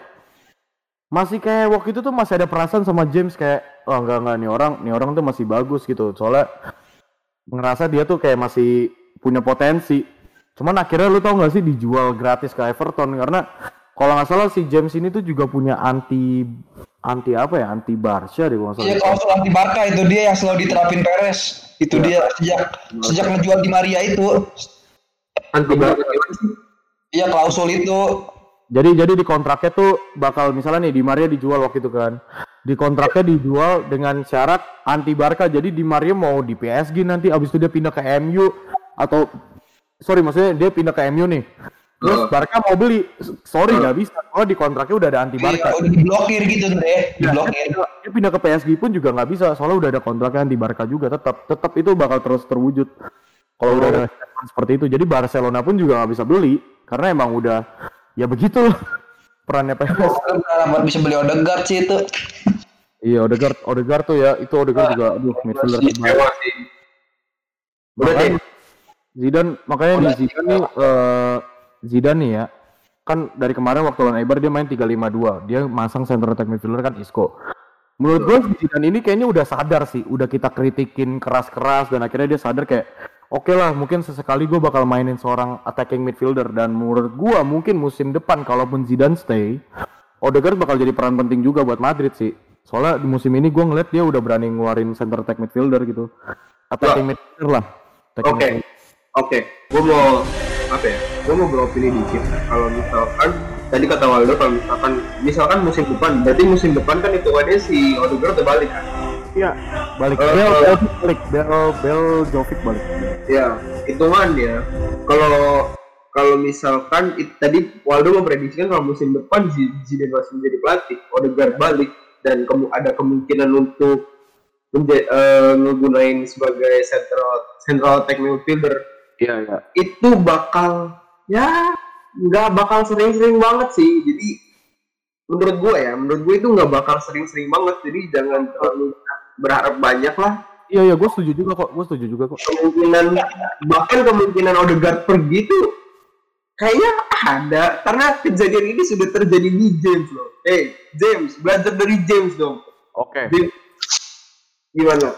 masih kayak waktu itu tuh masih ada perasaan sama James kayak, oh enggak enggak nih orang nih orang tuh masih bagus gitu, soalnya ngerasa dia tuh kayak masih punya potensi. Cuman akhirnya lu tau gak sih dijual gratis ke Everton karena kalau nggak salah si James ini tuh juga punya anti anti apa ya, anti Barca deh kalau nggak salah.
Iya, klausul anti Barca itu dia yang selalu diterapin Perez. Itu dia sejak sejak ngejual Di Maria itu.
Anti banget.
Iya, klausul itu.
Jadi jadi di kontraknya tuh bakal misalnya nih Di Maria dijual waktu itu kan. Di kontraknya dijual dengan syarat anti Barca. Jadi Di Maria mau di P S G nanti, abis itu dia pindah ke M U atau sorry maksudnya dia pindah ke M U nih. Terus
Oh.
Barca mau beli, sorry nggak bisa. Oh di kontraknya udah ada anti Barca.
Iya, udah diblokir gitu deh,
Ya,
diblokir.
dia, dia pindah ke P S G pun juga nggak bisa, soalnya udah ada kontraknya anti Barca juga. Tetap tetap itu bakal terus terwujud kalau udah ada statement seperti itu. Jadi Barcelona pun juga nggak bisa beli karena emang udah ya begitu loh perannya P S.
Kenapa bisa beli Odegaard sih itu?
Iya, Odegaard, Odegaard tuh ya, itu Odegaard juga, aduh, midfielder terbaik.
Kecewa sih. Udah deh.
Makanya Zidane, makanya nih Zidane nih, eh, Zidane nih ya, kan dari kemarin waktu lawan Eibar dia main tiga lima dua, dia masang center attack midfielder kan Isco. Menurut gue Zidane ini kayaknya udah sadar sih, udah kita kritikin keras-keras dan akhirnya dia sadar kayak, oke lah, mungkin sesekali gue bakal mainin seorang attacking midfielder. Dan menurut gue mungkin musim depan kalaupun Zidane stay, Odegaard bakal jadi peran penting juga buat Madrid sih. Soalnya di musim ini gue ngeliat dia udah berani ngeluarin center attack midfielder gitu, attacking midfielder lah. Attacking
Oke,
midfielder.
oke. Gue mau apa ya? Gue mau beropini dikit. Kalau misalkan tadi kata Waldo, kalau misalkan misalkan musim depan, berarti musim depan kan itu ada si Odegaard udah balik kan?
Iya, balik.
Eh,
Bel,
eh.
Bel balik. Bel, Bel Jovic balik.
Ya, hitungan ya. Kalau kalau misalkan it, tadi Waldo memprediksikan kalau musim depan Zidane masih menjadi pelatih, Odegaard balik dan kemu, ada kemungkinan untuk menja- eh, ngegunain sebagai central central attack midfielder,
Iya, iya.
itu bakal ya nggak bakal sering-sering banget sih. Jadi menurut gue ya, menurut gue itu nggak bakal sering-sering banget. Jadi jangan terlalu berharap banyak lah.
Iya, iya, gue setuju juga kok. Gue setuju juga kok.
Kemungkinan bahkan kemungkinan Odegaard pergi tuh kayaknya ada karena kejadian ini sudah terjadi di James loh. Hey James, belajar dari James dong.
Oke.
James, gimana?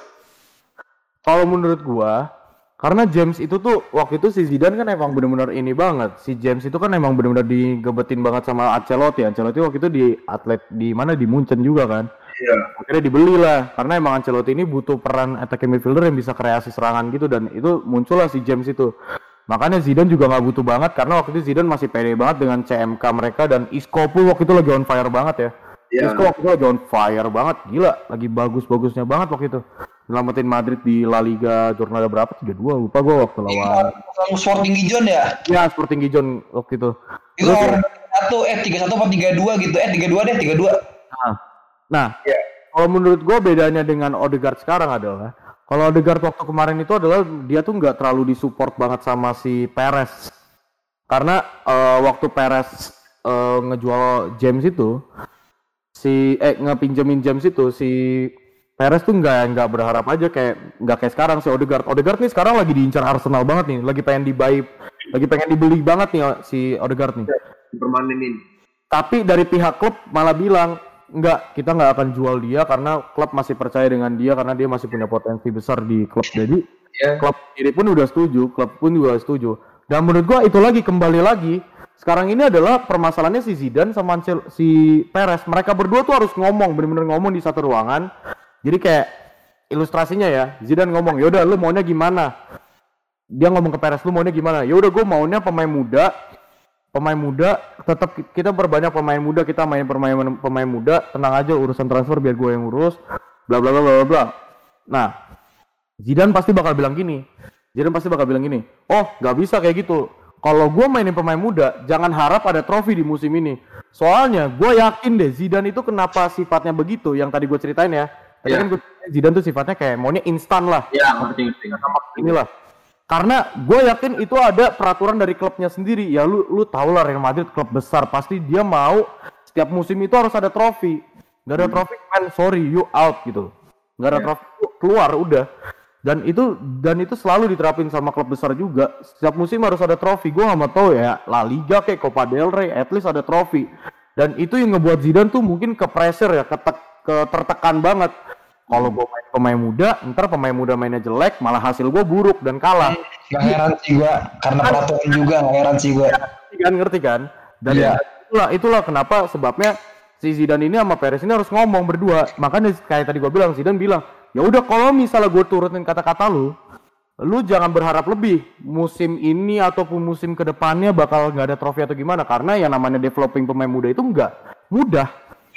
Kalau menurut gua, karena James itu tuh waktu itu si Zidane kan emang benar-benar ini banget. Si James itu kan emang benar-benar digebetin banget sama Ancelotti. Ancelotti waktu itu di atlet di mana di Munchen juga kan.
Iya.
Akhirnya dibeli lah, karena emang Ancelotti ini butuh peran attacking midfielder yang bisa kreasi serangan gitu, dan itu muncullah si James itu. Makanya Zidane juga nggak butuh banget, karena waktu itu Zidane masih pede banget dengan C M K mereka, dan Isco pun waktu itu lagi on fire banget ya.
Iya.
Isco waktu itu lagi on fire banget, gila, lagi bagus-bagusnya banget waktu itu. Nyelamatin Madrid di La Liga Jornada berapa? tiga dua lupa gue waktu lawan.
Lalu Sporting Gijon ya?
Ya, Sporting Gijon waktu itu.
Itu
Terus,
orang satu eh tiga satu apa tiga dua gitu. Eh tiga dua deh, tiga dua.
Nah, nah
Iya.
kalau menurut gue bedanya dengan Odegaard sekarang adalah, kalau Odegaard waktu kemarin itu adalah dia tuh nggak terlalu disupport banget sama si Perez, karena uh, waktu Perez uh, ngejual James itu, si eh ngepinjemin James itu si Perez tuh nggak nggak berharap aja kayak nggak kayak sekarang si Odegaard. Odegaard nih sekarang lagi diincar Arsenal banget nih, lagi pengen dibuy, lagi pengen dibeli banget nih si Odegaard nih.
Permanenin.
Tapi dari pihak klub malah bilang, enggak, kita nggak akan jual dia karena klub masih percaya dengan dia karena dia masih punya potensi besar di klub. Jadi
Yeah.
klub sendiri pun udah setuju, klub pun juga setuju. Dan menurut gua itu lagi kembali lagi, sekarang ini adalah permasalahannya si Zidane sama Ancel- si Perez. Mereka berdua tuh harus ngomong, bener-bener ngomong di satu ruangan. Jadi kayak ilustrasinya ya, Zidane ngomong, yaudah lu maunya gimana? Dia ngomong ke Perez, lu maunya gimana? Yaudah gua maunya pemain muda. Pemain muda, tetap kita berbanyak pemain muda, kita main pemain pemain muda, tenang aja urusan transfer biar gue yang urus, bla bla bla bla bla. Nah, Zidane pasti bakal bilang gini, Zidane pasti bakal bilang gini, oh nggak bisa kayak gitu. Kalau gue mainin pemain muda, jangan harap ada trofi di musim ini. Soalnya gue yakin deh Zidane itu kenapa sifatnya begitu, yang tadi gue ceritain ya. Tadi
Yeah.
kan gue Zidane tuh sifatnya kayak maunya instan lah.
Ya, ngerti ngerti.
Inilah. Karena gue yakin itu ada peraturan dari klubnya sendiri. Ya lu lu tau lah Real Madrid klub besar, pasti dia mau setiap musim itu harus ada trofi. Gak ada trofi, man, sorry, you out gitu. Gak ada
Yeah.
trofi, keluar udah. Dan itu dan itu selalu diterapin sama klub besar juga. Setiap musim harus ada trofi. Gue gak mau tahu ya La Liga kayak Copa del Rey, at least ada trofi. Dan itu yang ngebuat Zidane tuh mungkin ke pressure ya, ketek, ke tertekan banget. Kalau gue main pemain muda, ntar pemain muda mainnya jelek, malah hasil gue buruk dan kalah.
Gak heran sih gua, karena peraturan juga gak heran sih gua.
Ngerti kan, ngerti kan? Dan
Iya.
itulah, itulah kenapa sebabnya si Zidane ini sama Perez ini harus ngomong berdua. Makanya kayak tadi gue bilang, Zidane bilang, ya udah kalau misalnya gue turutin kata-kata lu, lu jangan berharap lebih musim ini ataupun musim kedepannya bakal nggak ada trofi atau gimana, karena yang namanya developing pemain muda itu nggak mudah.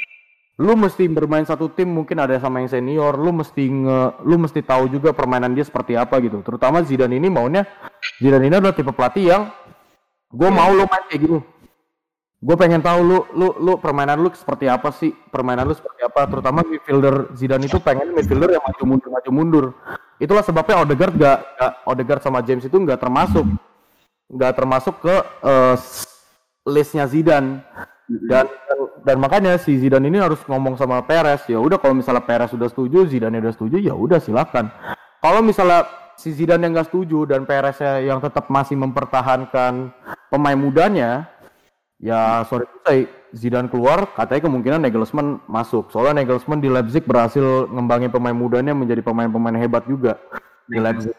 Lu mesti bermain satu tim, mungkin ada sama yang senior, lu mesti nge, lu mesti tahu juga permainan dia seperti apa gitu. Terutama Zidane ini maunya, Zidane ini adalah tipe pelatih yang gue mau lu main kayak gini. Gue pengen tahu lu, lu, lu permainan lu seperti apa sih, permainan lu seperti apa. Terutama midfielder Zidane itu pengen midfielder yang maju mundur, maju mundur. Itulah sebabnya Odegaard gak, gak Odegaard sama James itu nggak termasuk, nggak termasuk ke uh, listnya Zidane. Dan, dan dan makanya si Zidane ini harus ngomong sama Perez. Ya udah kalau misalnya Perez sudah setuju, Zidane udah setuju, ya udah silakan. Kalau misalnya si Zidane yang nggak setuju dan Pereznya yang tetap masih mempertahankan pemain mudanya, ya sorry to say, Zidane keluar, katanya kemungkinan Nagelsmann masuk. Soalnya Nagelsmann di Leipzig berhasil ngembangin pemain mudanya menjadi pemain-pemain hebat juga di Leipzig.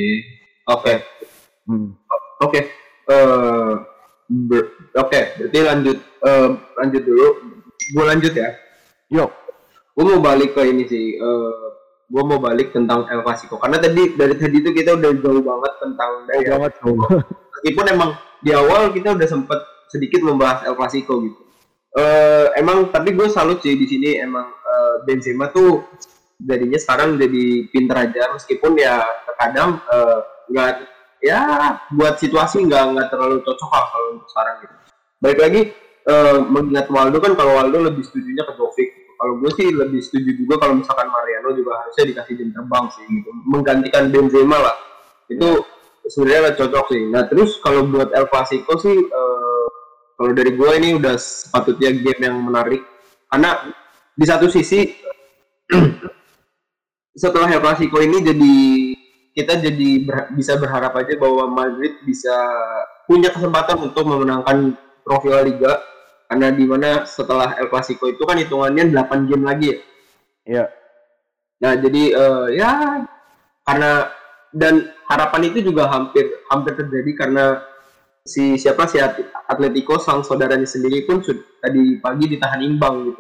Oke.
Hmm.
Oke. Eh, ber- Oke, berarti lanjut eh, lanjut dulu. Gue lanjut ya.
Yuk.
Gue mau balik ke ini sih. Eh, gue mau balik tentang El Clasico karena tadi dari tadi itu kita udah jauh banget tentang dari El
banget
Clasico. Meskipun emang di awal kita udah sempet sedikit membahas El Clasico gitu. Eh, emang tapi gue salut sih di sini emang eh, Benzema tuh jadinya sekarang jadi pinter aja meskipun ya terkadang nggak eh, ya buat situasi nggak nggak terlalu cocok lah kalau untuk sekarang gitu. Balik lagi eh, mengingat Waldo kan, kalau Waldo lebih setujunya ke Jovic. Kalau gue sih lebih setuju juga kalau misalkan Mariano juga harusnya dikasih jam terbang sih gitu, menggantikan Benzema lah. Itu sebenarnya cocok sih. Nah terus kalau buat El Clasico sih eh, kalau dari gue ini udah sepatutnya game yang menarik karena di satu sisi setelah El Clasico ini jadi kita jadi ber, bisa berharap aja bahwa Madrid bisa punya kesempatan untuk memenangkan trofi La Liga karena di mana setelah El Clasico itu kan hitungannya delapan game lagi ya.
Iya.
Nah, jadi uh, ya karena dan harapan itu juga hampir hampir terjadi karena si siapa si Atletico sang saudaranya sendiri pun sudah tadi pagi ditahan imbang gitu.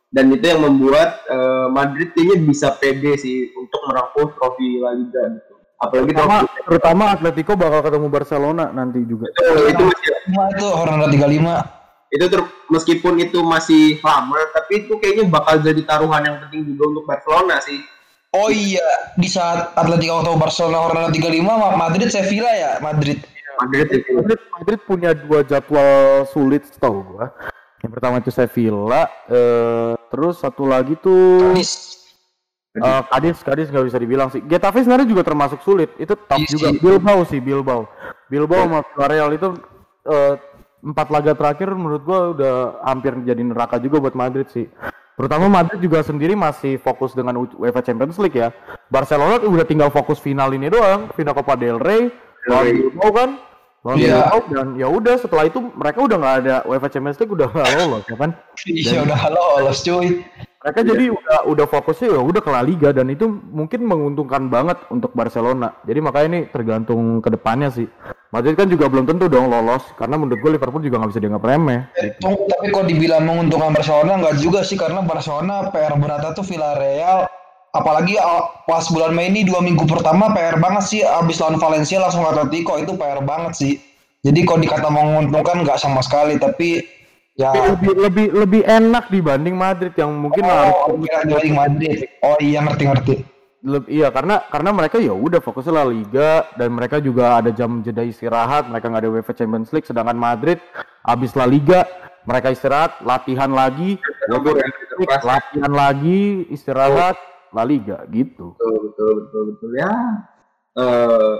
Dan itu yang membuat uh, Madrid kayaknya bisa pede sih untuk merangkul trofi La Liga gitu. Apalagi
terutama, terutama Atletico bakal ketemu Barcelona nanti juga.
Itu, itu masih
itu Jornada tiga puluh lima.
Itu ter, meskipun itu masih lama, tapi itu kayaknya bakal jadi taruhan yang penting juga untuk Barcelona sih.
Oh iya, di saat Atletico ketemu Barcelona Jornada tiga puluh lima, Madrid Sevilla ya, Madrid.
Madrid,
Madrid, Madrid punya dua jadwal sulit setahu gua. Yang pertama itu Sevilla, eh, terus satu lagi tuh
Cadiz.
Uh, Cadiz, Cadiz nggak bisa dibilang sih. Getafe sebenarnya juga termasuk sulit. Itu tough
Iya
juga.
sih.
Bilbao sih, Bilbao. Bilbao sama Villarreal itu uh, empat laga terakhir menurut gua udah hampir jadi neraka juga buat Madrid sih. Terutama Madrid juga sendiri masih fokus dengan UEFA Champions League ya. Barcelona udah tinggal fokus final ini doang, final Copa del Rey, lawan Bilbao kan. Lawan
Iya.
Bilbao dan ya udah setelah itu mereka udah nggak ada UEFA Champions League, udah nggak lolos ya kan.
Iya udah lolos cuy.
Mereka jadi udah udah fokusnya ya udah ke La Liga dan itu mungkin menguntungkan banget untuk Barcelona. Jadi makanya ini tergantung ke depannya sih. Madrid kan juga belum tentu dong lolos karena menurut gue Liverpool juga nggak bisa dianggap remeh.
Eh, tunggu, tapi kok dibilang menguntungkan Barcelona nggak juga sih, karena Barcelona P R beratnya tuh Villarreal, apalagi uh, pas bulan Mei ini dua minggu pertama P R banget sih, abis lawan Valencia langsung Atletico, itu P R banget sih. Jadi kalau dikata menguntungkan nggak sama sekali, tapi ya
Lebih lebih lebih enak dibanding Madrid yang mungkin
oh,
harus
kira dari Madrid. Oh iya, ngerti-ngerti.
Leb- iya karena karena mereka ya udah fokusnya La Liga dan mereka juga ada jam jeda istirahat, mereka nggak ada UEFA Champions League, sedangkan Madrid abis La Liga mereka istirahat, latihan lagi,
Libur ya,
latihan lagi, istirahat, La Liga gitu.
betul betul betul betul ya. Eh,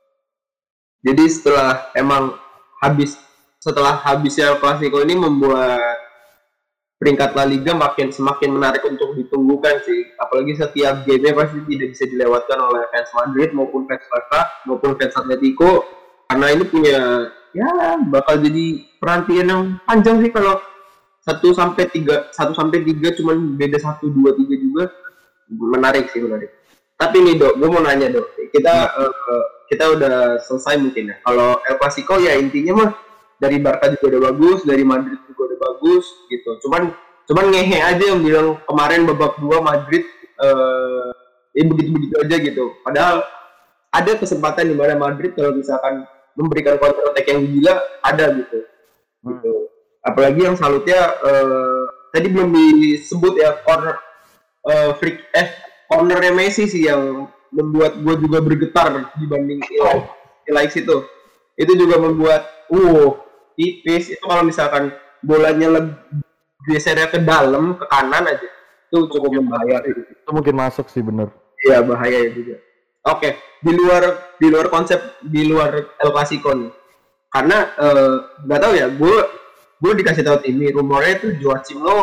jadi setelah emang habis setelah habisnya El Clasico ini membuat peringkat La Liga makin semakin menarik untuk ditunggukan sih. Apalagi setiap game-nya pasti tidak bisa dilewatkan oleh fans Madrid maupun fans Barca maupun fans Atletico, karena ini punya ya bakal jadi perhatian yang panjang sih. Kalau satu sampai tiga satu sampai tiga cuman beda satu dua tiga juga menarik sih, menarik. Tapi nih Dok, gue mau nanya Dok, kita uh, kita udah selesai mungkin ya. Kalau El Clasico ya intinya mah dari Barca juga udah bagus, dari Madrid juga udah bagus gitu. Cuman cuman ngehe aja yang bilang kemarin babak dua Madrid uh, ya begitu-begitu aja gitu. Padahal ada kesempatan di mana Madrid kalau misalkan memberikan counter attack yang gila ada gitu. Gitu. Apalagi yang salutnya uh, tadi belum disebut ya, corner uh, free eh cornernya Messi sih yang membuat gue juga bergetar dibanding Ilaix itu. Itu juga membuat uh tipis itu, kalau misalkan bolanya lebih gesernya ke dalam ke kanan aja itu cukup membahayakan.
Itu mungkin masuk sih bener.
Iya bahaya itu juga. Oke, di luar di luar konsep di luar El Clasico nih, karena nggak uh, tahu ya, gue gue dikasih tahu ini rumornya itu Joachim Low uh,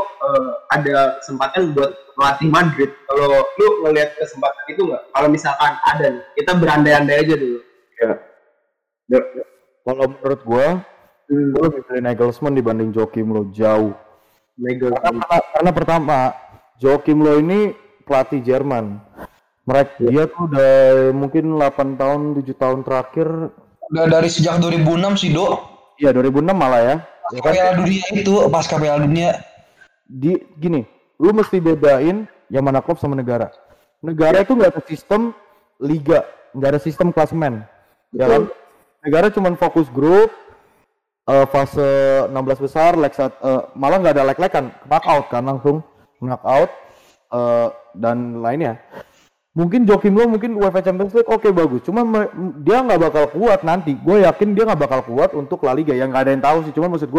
ada kesempatan buat melatih Madrid. Kalau lu ngelihat kesempatan itu nggak? Kalau misalkan ada nih, kita berandai-andai aja dulu.
Ya. Ya. Kalau menurut gua, hmm. gua lebih pilih Nagelsmann dibanding Joachim Low jauh. Karena, karena, karena pertama, Joachim Low ini pelatih Jerman. Mereka ya. Dia tuh udah mungkin delapan tahun, tujuh tahun terakhir.
Udah dari sejak dua ribu enam sih, Dok.
Iya, dua ribu enam malah ya.
Ya kan? Piala Dunia itu, pas Piala Dunia.
Di gini, lu mesti bedain yang mana klub sama negara. Negara itu nggak ada sistem liga, nggak ada sistem klasemen, ya kan? Negara cuma fokus grup, uh, fase enam belas besar, leg uh, malah nggak ada leg-legan, knockout kan langsung knockout uh, dan lainnya. Mungkin Joachim Low mungkin UEFA Champions League oke okay, bagus, cuma me- dia nggak bakal kuat nanti. Gue yakin dia nggak bakal kuat untuk La Liga, yang nggak ada yang tahu sih. Cuma maksud gue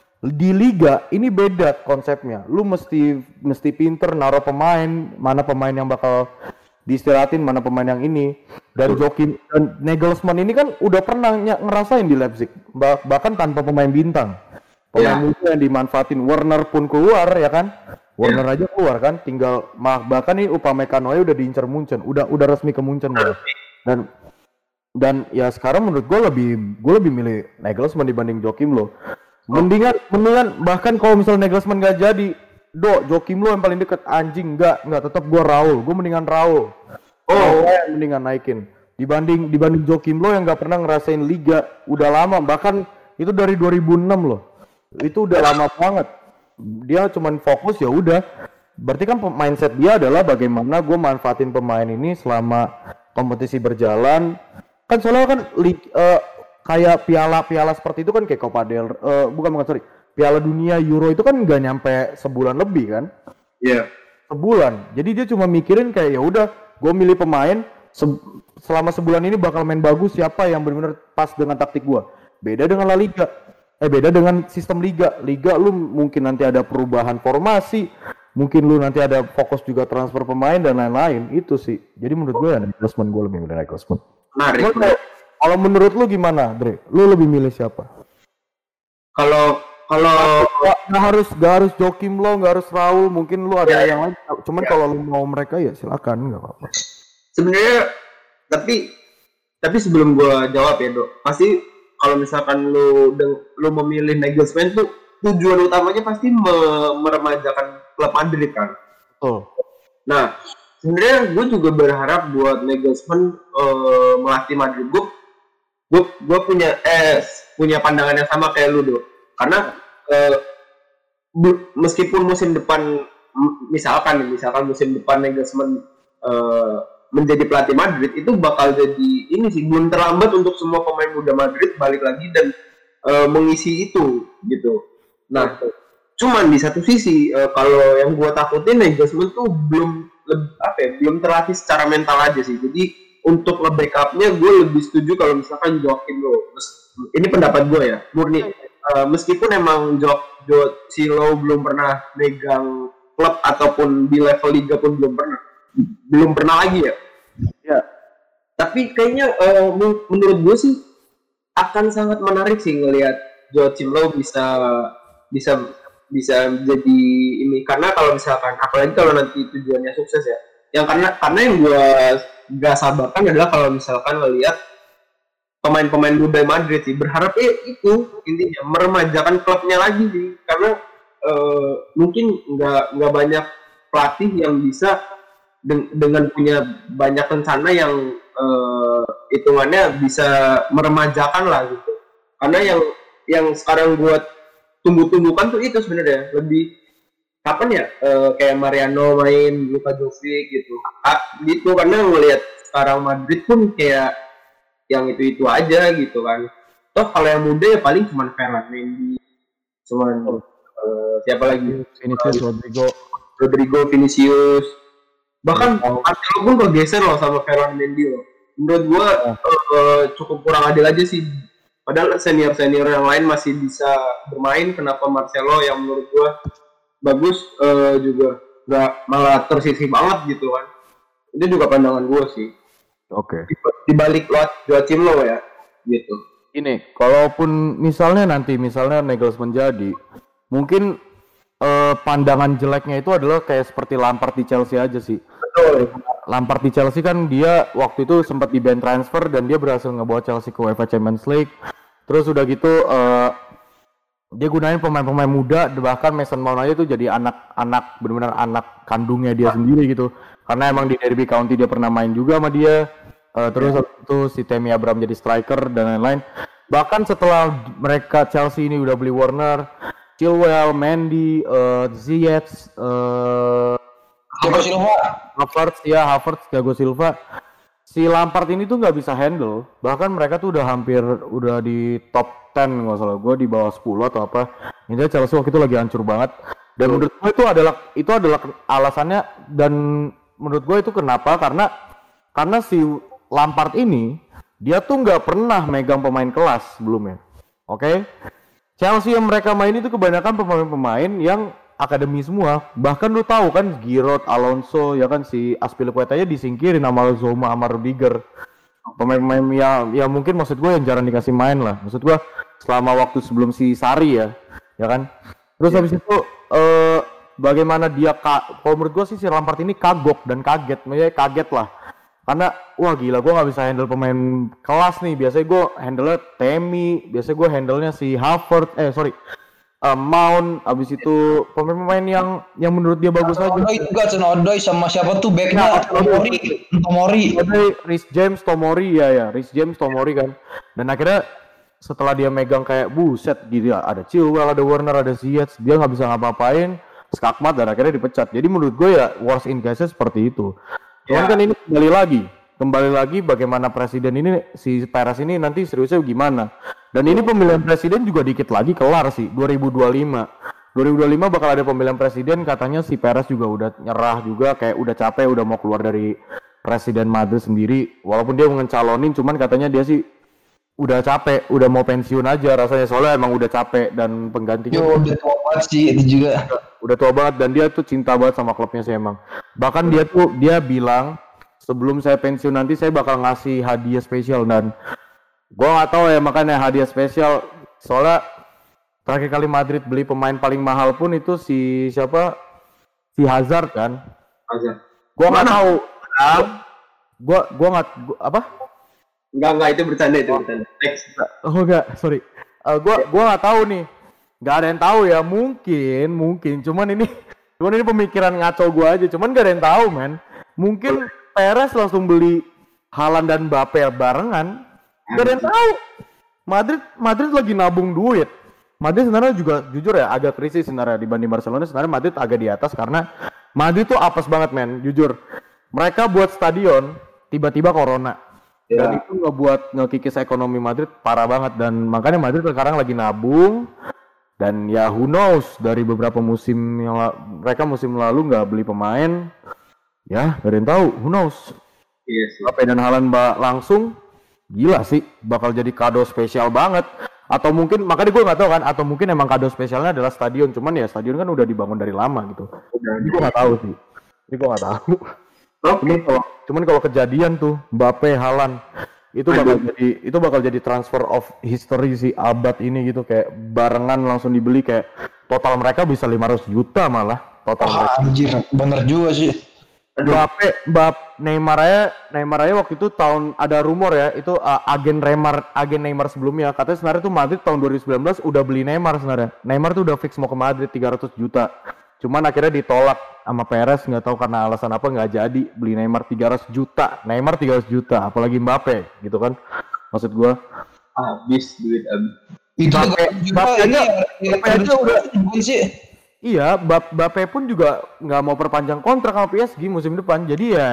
di Liga ini beda konsepnya. Lu mesti mesti pinter naruh pemain, mana pemain yang bakal diistirahatin, mana pemain yang ini. Dan Joachim dan Nagelsmann ini kan udah pernah ny- ngerasain di Leipzig, bah- bahkan tanpa pemain bintang. Pemain muda yeah. yang dimanfaatin. Werner pun keluar ya kan? Werner yeah. aja keluar kan, tinggal bahkan nih Upamecano udah diincar Munchen, udah udah resmi ke Munchen malah. Dan dan ya sekarang menurut gue lebih gue lebih milih Nagelsmann dibanding Joachim Low. Mendingan mendingan bahkan kalau misalnya Nagelsmann nggak jadi, do Joachim Low yang paling deket, anjing nggak nggak tetap gue Raul, gue mendingan Raul. Oh, Raul yang mendingan naikin dibanding dibanding Joachim Low yang nggak pernah ngerasain liga udah lama, bahkan itu dari dua ribu enam loh, itu udah lama banget. dia cuman fokus ya udah. Berarti kan mindset dia adalah bagaimana gue manfaatin pemain ini selama kompetisi berjalan. Kan soalnya kan lig, uh, kayak piala-piala seperti itu kan kayak Copa del uh, bukan bukan sorry Piala Dunia Euro itu kan nggak nyampe sebulan lebih kan?
Iya. Yeah.
Sebulan. Jadi dia cuma mikirin kayak ya udah, gue milih pemain se- selama sebulan ini bakal main bagus siapa yang benar-benar pas dengan taktik gue. Beda dengan La Liga. Eh beda dengan sistem liga. Liga lu mungkin nanti ada perubahan formasi, mungkin lu nanti ada fokus juga transfer pemain dan lain-lain. Itu sih. Jadi menurut gue ya Nagelsmann, gue lebih milih Nagelsmann.
Menarik.
Kalau menurut lu gimana, Dre? Lu lebih milih siapa?
Kalau kalau
nggak harus nggak harus Joachim Low, nggak harus Raul, mungkin lu ada
ya,
yang lain. Cuman
ya.
kalau lu mau mereka ya silakan, nggak apa-apa.
Sebenarnya tapi tapi sebelum gua jawab ya, Dok. Pasti kalau misalkan lu deng, lu memilih Nagelsmann tuh tujuan utamanya pasti me- meremajakan klub Madrid kan.
Oh.
Nah, sebenarnya gue juga berharap buat Nagelsmann uh, melatih Madrid. Gue gue gue punya eh punya pandangan yang sama kayak lu, Dok. Karena uh, bu, meskipun musim depan misalkan misalkan musim depan Nagelsmann uh, menjadi pelatih Madrid, itu bakal jadi ini sih, belum terlambat untuk semua pemain muda Madrid balik lagi dan uh, mengisi itu gitu. Nah, cuman di satu sisi uh, kalau yang gue takutin Nagelsmann tuh belum lebih, apa ya, belum terlatih secara mental aja sih. Jadi untuk nge-backupnya gue lebih setuju kalau misalkan Joachim Low. Ini pendapat gue ya, murni. Uh, meskipun emang Jo Jo si Low belum pernah megang klub ataupun di level liga pun belum pernah. belum pernah lagi ya.
Ya.
Tapi kayaknya uh, menurut gue sih akan sangat menarik sih ngelihat Joachim Low bisa bisa bisa jadi ini, karena kalau misalkan apalagi kalau nanti tujuannya sukses ya. Yang karena karena yang gue gak sabarkan adalah kalau misalkan ngelihat pemain-pemain muda Madrid sih, berharap eh itu intinya meremajakan klubnya lagi sih, karena uh, mungkin nggak nggak banyak pelatih yang bisa dengan punya banyak rencana yang uh, hitungannya bisa meremajakan lah gitu. Karena yang yang sekarang buat tumbuh-tumbuhkan tuh itu sebenarnya lebih kapan ya uh, kayak Mariano main, Luka Jovic gitu. Ah, gitu karena ngelihat sekarang Madrid pun kayak yang itu-itu aja gitu kan. Toh kalau yang muda ya paling cuma Ferland Mendy, cuman uh, siapa lagi?
Vinicius, Rodrigo,
Rodrigo, Vinicius. Bahkan Marcelo pun bergeser loh sama Ferland Mendy loh. Menurut gua oh. uh, cukup kurang adil aja sih. Padahal senior-senior yang lain masih bisa bermain, kenapa Marcelo yang menurut gua bagus uh, juga nggak malah tersisih banget gitu kan. Itu juga pandangan gua sih.
Oke. Okay.
Di balik Joachim Low ya, gitu.
Ini, kalaupun misalnya nanti misalnya Nagelsmann jadi, mungkin Uh, pandangan jeleknya itu adalah kayak seperti Lampard di Chelsea aja sih.
Betul.
Lampard di Chelsea kan dia waktu itu sempat di band transfer dan dia berhasil ngebawa Chelsea ke UEFA Champions League. Terus udah gitu uh, dia gunain pemain-pemain muda, bahkan Mason Mount aja tuh jadi anak-anak, benar-benar anak kandungnya dia sendiri gitu. Karena emang di Derby County dia pernah main juga sama dia. Uh, terus yeah. Itu si Tammy Abraham jadi striker dan lain-lain. Bahkan setelah mereka Chelsea ini udah beli Werner, Chilwell, Mendy, uh, Ziyech, uh,
Thiago Silva,
Havertz, ya Havertz, Thiago Silva. Si Lampard ini tuh nggak bisa handle. Bahkan mereka tuh udah hampir udah di top sepuluh nggak salah. Gue di bawah sepuluh atau apa. Intinya Chelsea waktu itu lagi hancur banget. Dan menurut gue itu adalah itu adalah alasannya. Dan menurut gue itu kenapa? Karena karena si Lampard ini dia tuh nggak pernah megang pemain kelas sebelumnya. Oke? Okay? Chelsea yang mereka main itu kebanyakan pemain-pemain yang akademi semua. Bahkan lu tahu kan Giroud, Alonso, ya kan si Azpilicueta aja disingkirin sama Zoma sama Rudiger. Pemain-pemain yang ya mungkin maksud gue yang jarang dikasih main lah. Maksud gue selama waktu sebelum si Sarri ya, ya kan. Terus habis itu uh, bagaimana dia ka- kalau menurut gue sih si Lampard ini kagok dan kaget, maksudnya kaget lah. Karena wah gila gue nggak bisa handle pemain kelas nih. Biasanya gue handle-nya Tammy, biasanya gue handle-nya si Havertz, eh sorry, uh, Mount. Abis itu pemain-pemain yang yang menurut dia bagus aja.
Odoi juga, Cen Odoi sama siapa tuh backnya? Tomori, Tomori.
Odoi, Rhys James, Tomori ya ya, Rhys James, Tomori kan. Dan akhirnya setelah dia megang kayak buset gitu ya, ada Chilwell, ada Werner, ada Ziyech, dia nggak bisa ngapa-ngapain, skakmat dan akhirnya dipecat. Jadi menurut gue ya worst in case seperti itu. Cuman
Ya.
kan ini kembali lagi, kembali lagi bagaimana presiden ini si Perez ini nanti seriusnya gimana. Dan ini pemilihan presiden juga dikit lagi kelar sih, dua ribu dua puluh lima. dua ribu dua puluh lima bakal ada pemilihan presiden, katanya si Perez juga udah nyerah juga, kayak udah capek, udah mau keluar dari presiden Madrid sendiri. Walaupun dia mencalonin, cuman katanya dia sih udah capek, udah mau pensiun aja rasanya, soalnya emang udah capek dan penggantinya
Yo udah tua banget sih itu juga.
udah tua banget dan dia tuh cinta banget sama klubnya sih emang. Bahkan dia tuh dia bilang sebelum saya pensiun nanti saya bakal ngasih hadiah spesial, dan gua nggak tahu ya makanya hadiah spesial, soalnya terakhir kali Madrid beli pemain paling mahal pun itu si siapa, si Hazard kan.
Aja.
Gua nggak
Mana?
tahu,
Ah,
gua gua nggak gua- apa
enggak enggak itu bercanda itu bercanda. Next.
oh enggak sorry. Eh, gua gua nggak tahu nih, nggak ada yang tahu ya, mungkin mungkin cuman ini cuman ini pemikiran ngaco gua aja, cuman gak ada yang tahu men. Mungkin Perez langsung beli Haaland dan Mbappe barengan, gak ada yang tahu. Madrid Madrid lagi nabung duit. Madrid sebenarnya juga jujur ya agak krisis sebenarnya dibanding Barcelona. Sebenarnya Madrid agak di atas karena Madrid tuh apes banget men, jujur. Mereka buat stadion tiba-tiba corona.
Ya.
Dan itu ngebuat ngekikis ekonomi Madrid parah banget, dan makanya Madrid sekarang lagi nabung. Dan ya who knows, dari beberapa musim yang la- mereka musim lalu nggak beli pemain, ya gak ada yang tahu, who knows.
Iya sih.
Mbappe dan Haaland ba- langsung gila sih, bakal jadi kado spesial banget. Atau mungkin makanya gue nggak tahu kan, atau mungkin emang kado spesialnya adalah stadion, cuman ya stadion kan udah dibangun dari lama gitu. Jadi gue nggak tahu sih, ini gue nggak tahu.
Oke.
Cuman kalau cuman kalau kejadian tuh Mbappe, Haaland itu bakal jadi itu bakal jadi transfer of history si abad ini gitu, kayak barengan langsung dibeli, kayak total mereka bisa lima ratus juta malah total mereka.
Wah anjir, bener juga sih.
Mbappe, Mbap, Neymar aja, Neymar aja waktu itu tahun ada rumor ya, itu uh, agen Neymar, agen Neymar sebelumnya katanya sebenarnya tuh Madrid tahun dua ribu sembilan belas udah beli Neymar sebenarnya. Neymar tuh udah fix mau ke Madrid tiga ratus juta. Cuman akhirnya ditolak sama Perez, nggak tahu karena alasan apa, nggak jadi beli Neymar tiga ratus juta. Neymar tiga ratus juta, apalagi Mbappe gitu kan. Maksud gua
Habis duit habis.
Itu
Mbappe-
juga
Mbappe
ini
aja-
ya,
Mbappe aja udah-
bukan sih.
iya, Mbap- Mbappe pun juga nggak mau perpanjang kontrak sama P S G musim depan. Jadi ya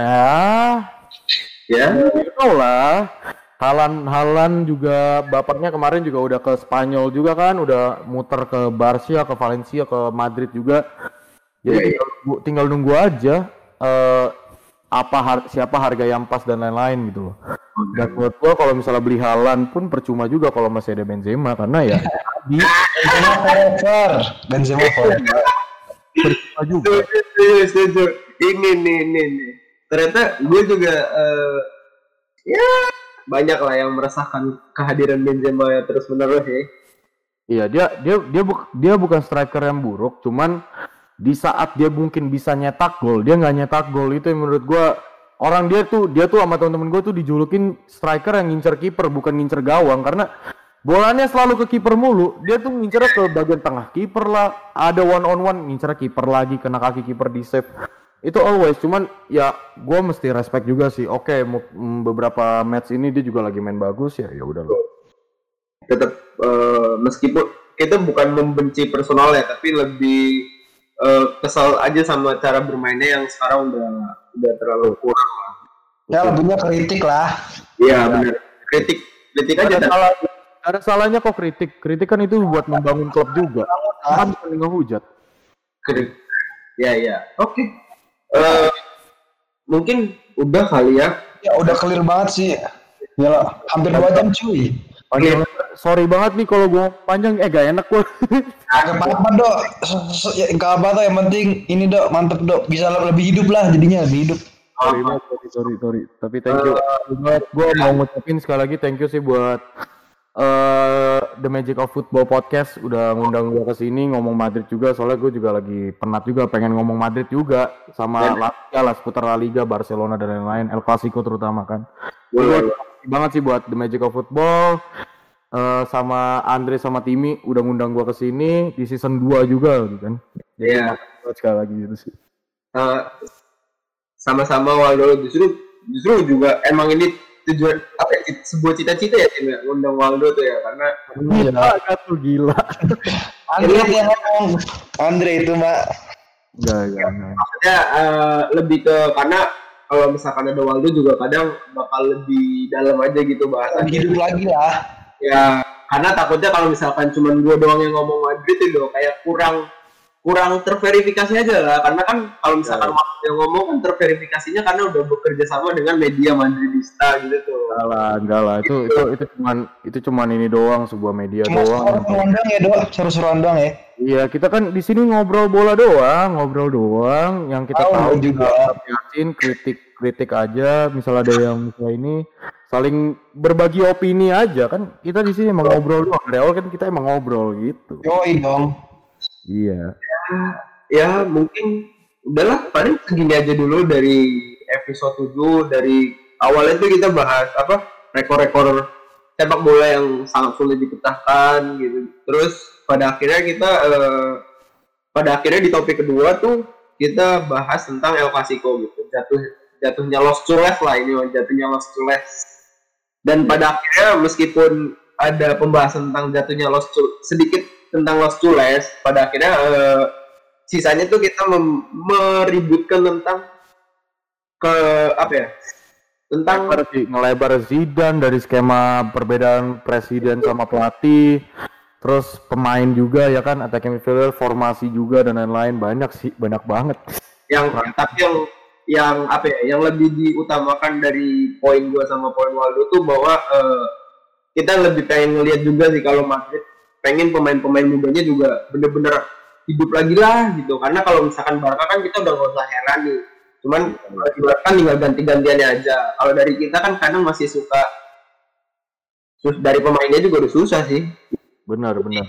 Ya.
you know lah. Haaland, Haaland juga bapaknya kemarin juga udah ke Spanyol juga kan, udah muter ke Barca, ke Valencia, ke Madrid juga. Jadi
Iya, iya.
tinggal, nunggu- tinggal nunggu aja eh, apa har- siapa harga yang pas dan lain-lain gitu loh. Dan menurut gua kalau misalnya beli Haaland pun percuma juga kalau masih ada Benzema, karena ya di
Benzema forever. Benzema forever.
percuma juga.
Setuju, setuju, setuju. Ini nih, ini nih. Ternyata gue juga eh, ya banyak lah yang merasakan kehadiran Benzema ya terus menerus ya.
Iya, dia dia dia buk, dia bukan striker yang buruk, cuman di saat dia mungkin bisa nyetak gol, dia nggak nyetak gol. Itu yang menurut gua, orang dia tuh dia tuh sama temen-temen gua tuh dijulukin striker yang ngincer kiper bukan ngincer gawang, karena bolanya selalu ke kiper mulu. Dia tuh ngincernya ke bagian tengah kiper lah, ada one on one ngincernya kiper lagi, kena kaki kiper di save. Itu always, cuman ya gua mesti respect juga sih. Oke, mu- mm, beberapa match ini dia juga lagi main bagus ya, ya udah loh.
Tetap eh, meskipun kita bukan membenci personalnya tapi lebih eh, kesal aja sama cara bermainnya yang sekarang udah udah terlalu kurang lah.
Ya lebihnya kritik lah.
Iya benar. Kritik kritik aja.
Ada
tapi-
salah, ada salahnya kok kritik. Kritik kan itu buat membangun klub juga. Kan bukan ngehujat.
Kritik. Ya ya. Oke. Eh, mungkin udah kali ya.
Ya udah clear banget sih. Ya hampir dua jam cuy.
Panjang, sorry banget nih kalau gua panjang, eh gak enak gua.
Agak apa-apa dok. Ya, gak apa tuh, yang penting ini dok mantep dok. Bisa lebih hidup lah jadinya, lebih hidup.
sorry banget, sorry, sorry, sorry. Tapi thank you. Buat gua mau ngucapin sekali lagi thank you sih buat eh The Magic of Football Podcast udah ngundang gua ke sini ngomong Madrid juga, soalnya gua juga lagi penat juga pengen ngomong Madrid juga sama La Liga lah, seputar La Liga, Barcelona dan lain-lain, El Clasico terutama kan. Jadi gua terima kasih banget sih buat The Magic of Football eh, sama Andre sama Timi udah ngundang gua ke sini di season dua juga gitu kan. Jadi
Iya.
makasih banget sekali lagi gitu sih.
Eh, sama-sama Waldo, justru justru juga emang ini tujuan apa ya, sebuah cita-cita ya tim ya undang Waldo tuh ya karena
gila tuh gila.
Andre yang ngomong, Andre itu mbak.
Enggak, enggak.
Maksudnya uh, lebih ke karena kalau misalkan ada Waldo juga kadang bakal lebih dalam aja gitu bahasannya.
Hidup lagi lah.
Ya karena takutnya kalau misalkan cuma gue doang yang ngomong Madrid itu loh kayak kurang kurang terverifikasi aja lah karena kan kalau misalkan ya. Yang ngomong kan terverifikasinya karena udah bekerja sama dengan media Madridista gitu tuh.
Enggak lah, enggak lah itu gitu. itu itu cuman itu cuman ini doang sebuah media
cuma
doang.
Seru-seruan doang ya doang, seru-seruan doang ya.
Iya kita kan di sini ngobrol bola doang, ngobrol doang yang kita oh, tahu juga. Yakin kritik kritik aja, misal ada yang misalnya ini saling berbagi opini aja kan kita di sini emang ngobrol doang. Dari awal kan kita emang ngobrol gitu.
Yoi dong.
Iya.
Ya mungkin udahlah paling segini aja dulu dari episode tujuh. Dari awalnya itu kita bahas apa rekor-rekor sepak bola yang sangat sulit dipecahkan gitu. Terus pada akhirnya kita eh, pada akhirnya di topik kedua tuh kita bahas tentang El Clasico gitu. Jatuh jatuhnya Los Chules lah ini jatuhnya Los Chules. Dan pada akhirnya meskipun ada pembahasan tentang jatuhnya Los Chules sedikit tentang Los Chules, pada akhirnya uh, sisanya tuh kita mem- meributkan tentang ke apa ya tentang
ngelebar Zidane dari skema perbedaan presiden sama pelatih, terus pemain juga ya kan, attacking midfielder, formasi juga dan lain-lain, banyak sih, banyak banget.
Yang tapi yang yang apa ya yang lebih diutamakan dari poin gua sama poin Waldo tuh bahwa uh, kita lebih pengen ngelihat juga sih kalau Madrid pengen pemain-pemain mudanya juga bener-bener hidup lagi lah gitu. Karena kalau misalkan Barca kan kita udah gak usah heran nih. Cuman Barca kan tinggal ganti-gantiannya aja. Kalau dari kita kan kadang masih suka sus dari pemainnya juga udah susah sih.
Benar, benar.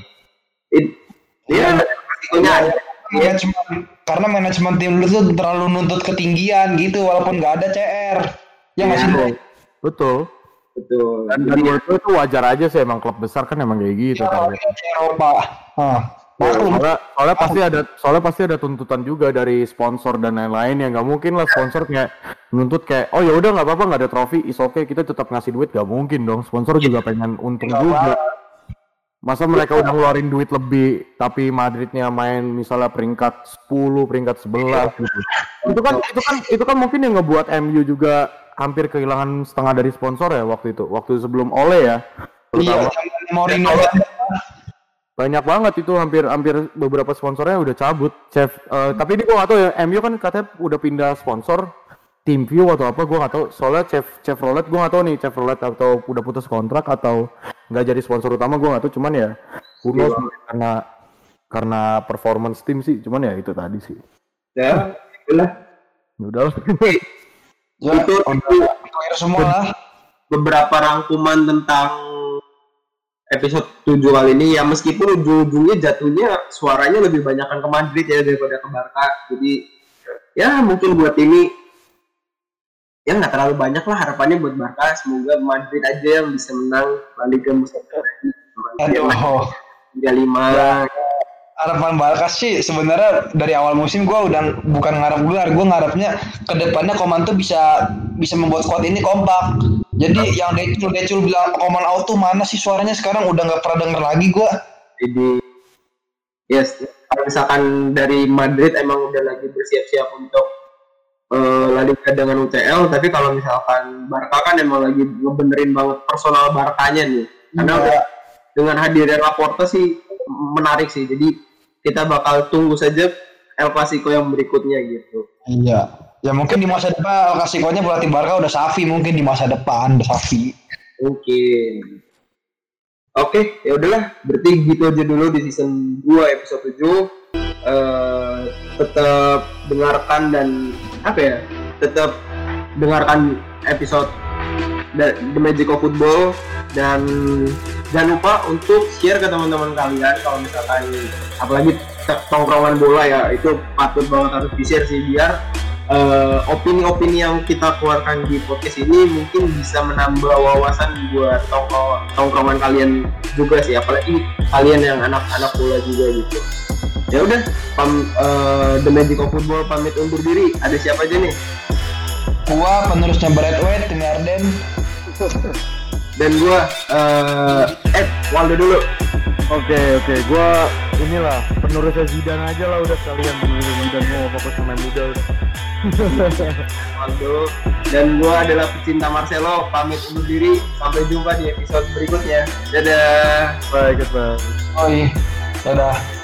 Iya, resikonya ada.
Manajemen, karena manajemen tim lu tuh terlalu nuntut ketinggian gitu walaupun nggak ada C R. Ya nggak sih?
Betul.
Betul.
Dan dan itu, itu wajar aja sih, emang klub besar kan emang kayak gitu kan.
Eropa. Ah,
soalnya, soalnya pasti ada soalnya pasti ada tuntutan juga dari sponsor dan lain-lain yang nggak mungkin lah sponsor kayak menuntut kayak oh ya udah nggak apa-apa nggak ada trofi is oke okay, kita tetap ngasih duit, nggak mungkin dong, sponsor juga pengen untung gak juga. Masa mereka udah ngeluarin duit lebih tapi Madridnya main misalnya peringkat sepuluh, peringkat sebelas gitu. Itu kan itu kan itu kan mungkin yang ngebuat M U juga hampir kehilangan setengah dari sponsor ya waktu itu. Waktu sebelum Ole ya.
Iya, Mourinho.
Banyak banget itu, hampir hampir beberapa sponsornya udah cabut. Chef uh, tapi ini gua enggak tahu ya, M U kan katanya udah pindah sponsor TeamView atau apa, gua enggak tahu. Soalnya Chef Chevrolet gua enggak tahu nih Chevrolet atau udah putus kontrak atau enggak jadi sponsor utama, gua enggak tahu. Cuman ya who knows, karena karena performance tim sih. Cuman ya itu tadi sih.
Ya, itulah.
Udah.
Ya, itu itu
semua lah.
Beberapa rangkuman tentang episode tujuh kali ini ya, meskipun ujung-ujungnya jatuhnya suaranya lebih banyakkan ke Madrid ya daripada ke Barca. Jadi ya mungkin buat ini ya nggak terlalu banyak lah harapannya buat Barca. Semoga Madrid aja yang bisa menang La Liga musim depan.
Aduh,
tiga lima.
Harapan Barca sih sebenarnya dari awal musim gue udah bukan ngarep gelar, gue ngarepnya kedepannya Koman tuh bisa bisa membuat squad ini kompak. Jadi yang Decul Decul bilang Koman out tuh mana sih suaranya sekarang udah nggak pernah denger lagi gue.
Jadi yes, kalau misalkan dari Madrid emang udah lagi bersiap-siap untuk uh, La Liga dengan U C L, tapi kalau misalkan Barca kan emang lagi ngebenerin banget personal Barkanya nih. Karena ya, udah dengan hadirnya Laporta sih menarik sih. Jadi kita bakal tunggu saja El Clasico yang berikutnya gitu.
Iya. Ya mungkin di masa depan El Clasico-nya pelatih Barca udah Xavi, mungkin di masa depan udah Xavi.
Mungkin. Oke, ya udahlah. Berarti gitu aja dulu di season dua episode tujuh. Uh, tetap dengarkan dan apa ya? Tetap dengarkan episode The Magic of Football dan jangan lupa untuk share ke teman-teman kalian kalau misalkan apalagi tongkrongan bola ya, itu patut banget harus di-share sih biar uh, opini-opini yang kita keluarkan di podcast ini mungkin bisa menambah wawasan buat tongkrong tongkrongan kalian juga sih, apalagi kalian yang anak-anak bola juga gitu. Ya udah, pam, uh, The Magic of Football pamit undur diri. Ada siapa aja nih?
Gua penerusnya Brad White, Tim Arden.
Dan gua uh, Ed Waldo dulu.
Oke oke, gua inilah penerusnya Zidane aja lah, udah sekalian penerusnya Zidane, mau fokus pemain muda udah.
Waldo. Dan gua adalah pecinta Marcelo, pamit undur diri, sampai jumpa di episode berikutnya. Dadah.
Bye, goodbye.
Oh iya, dadah.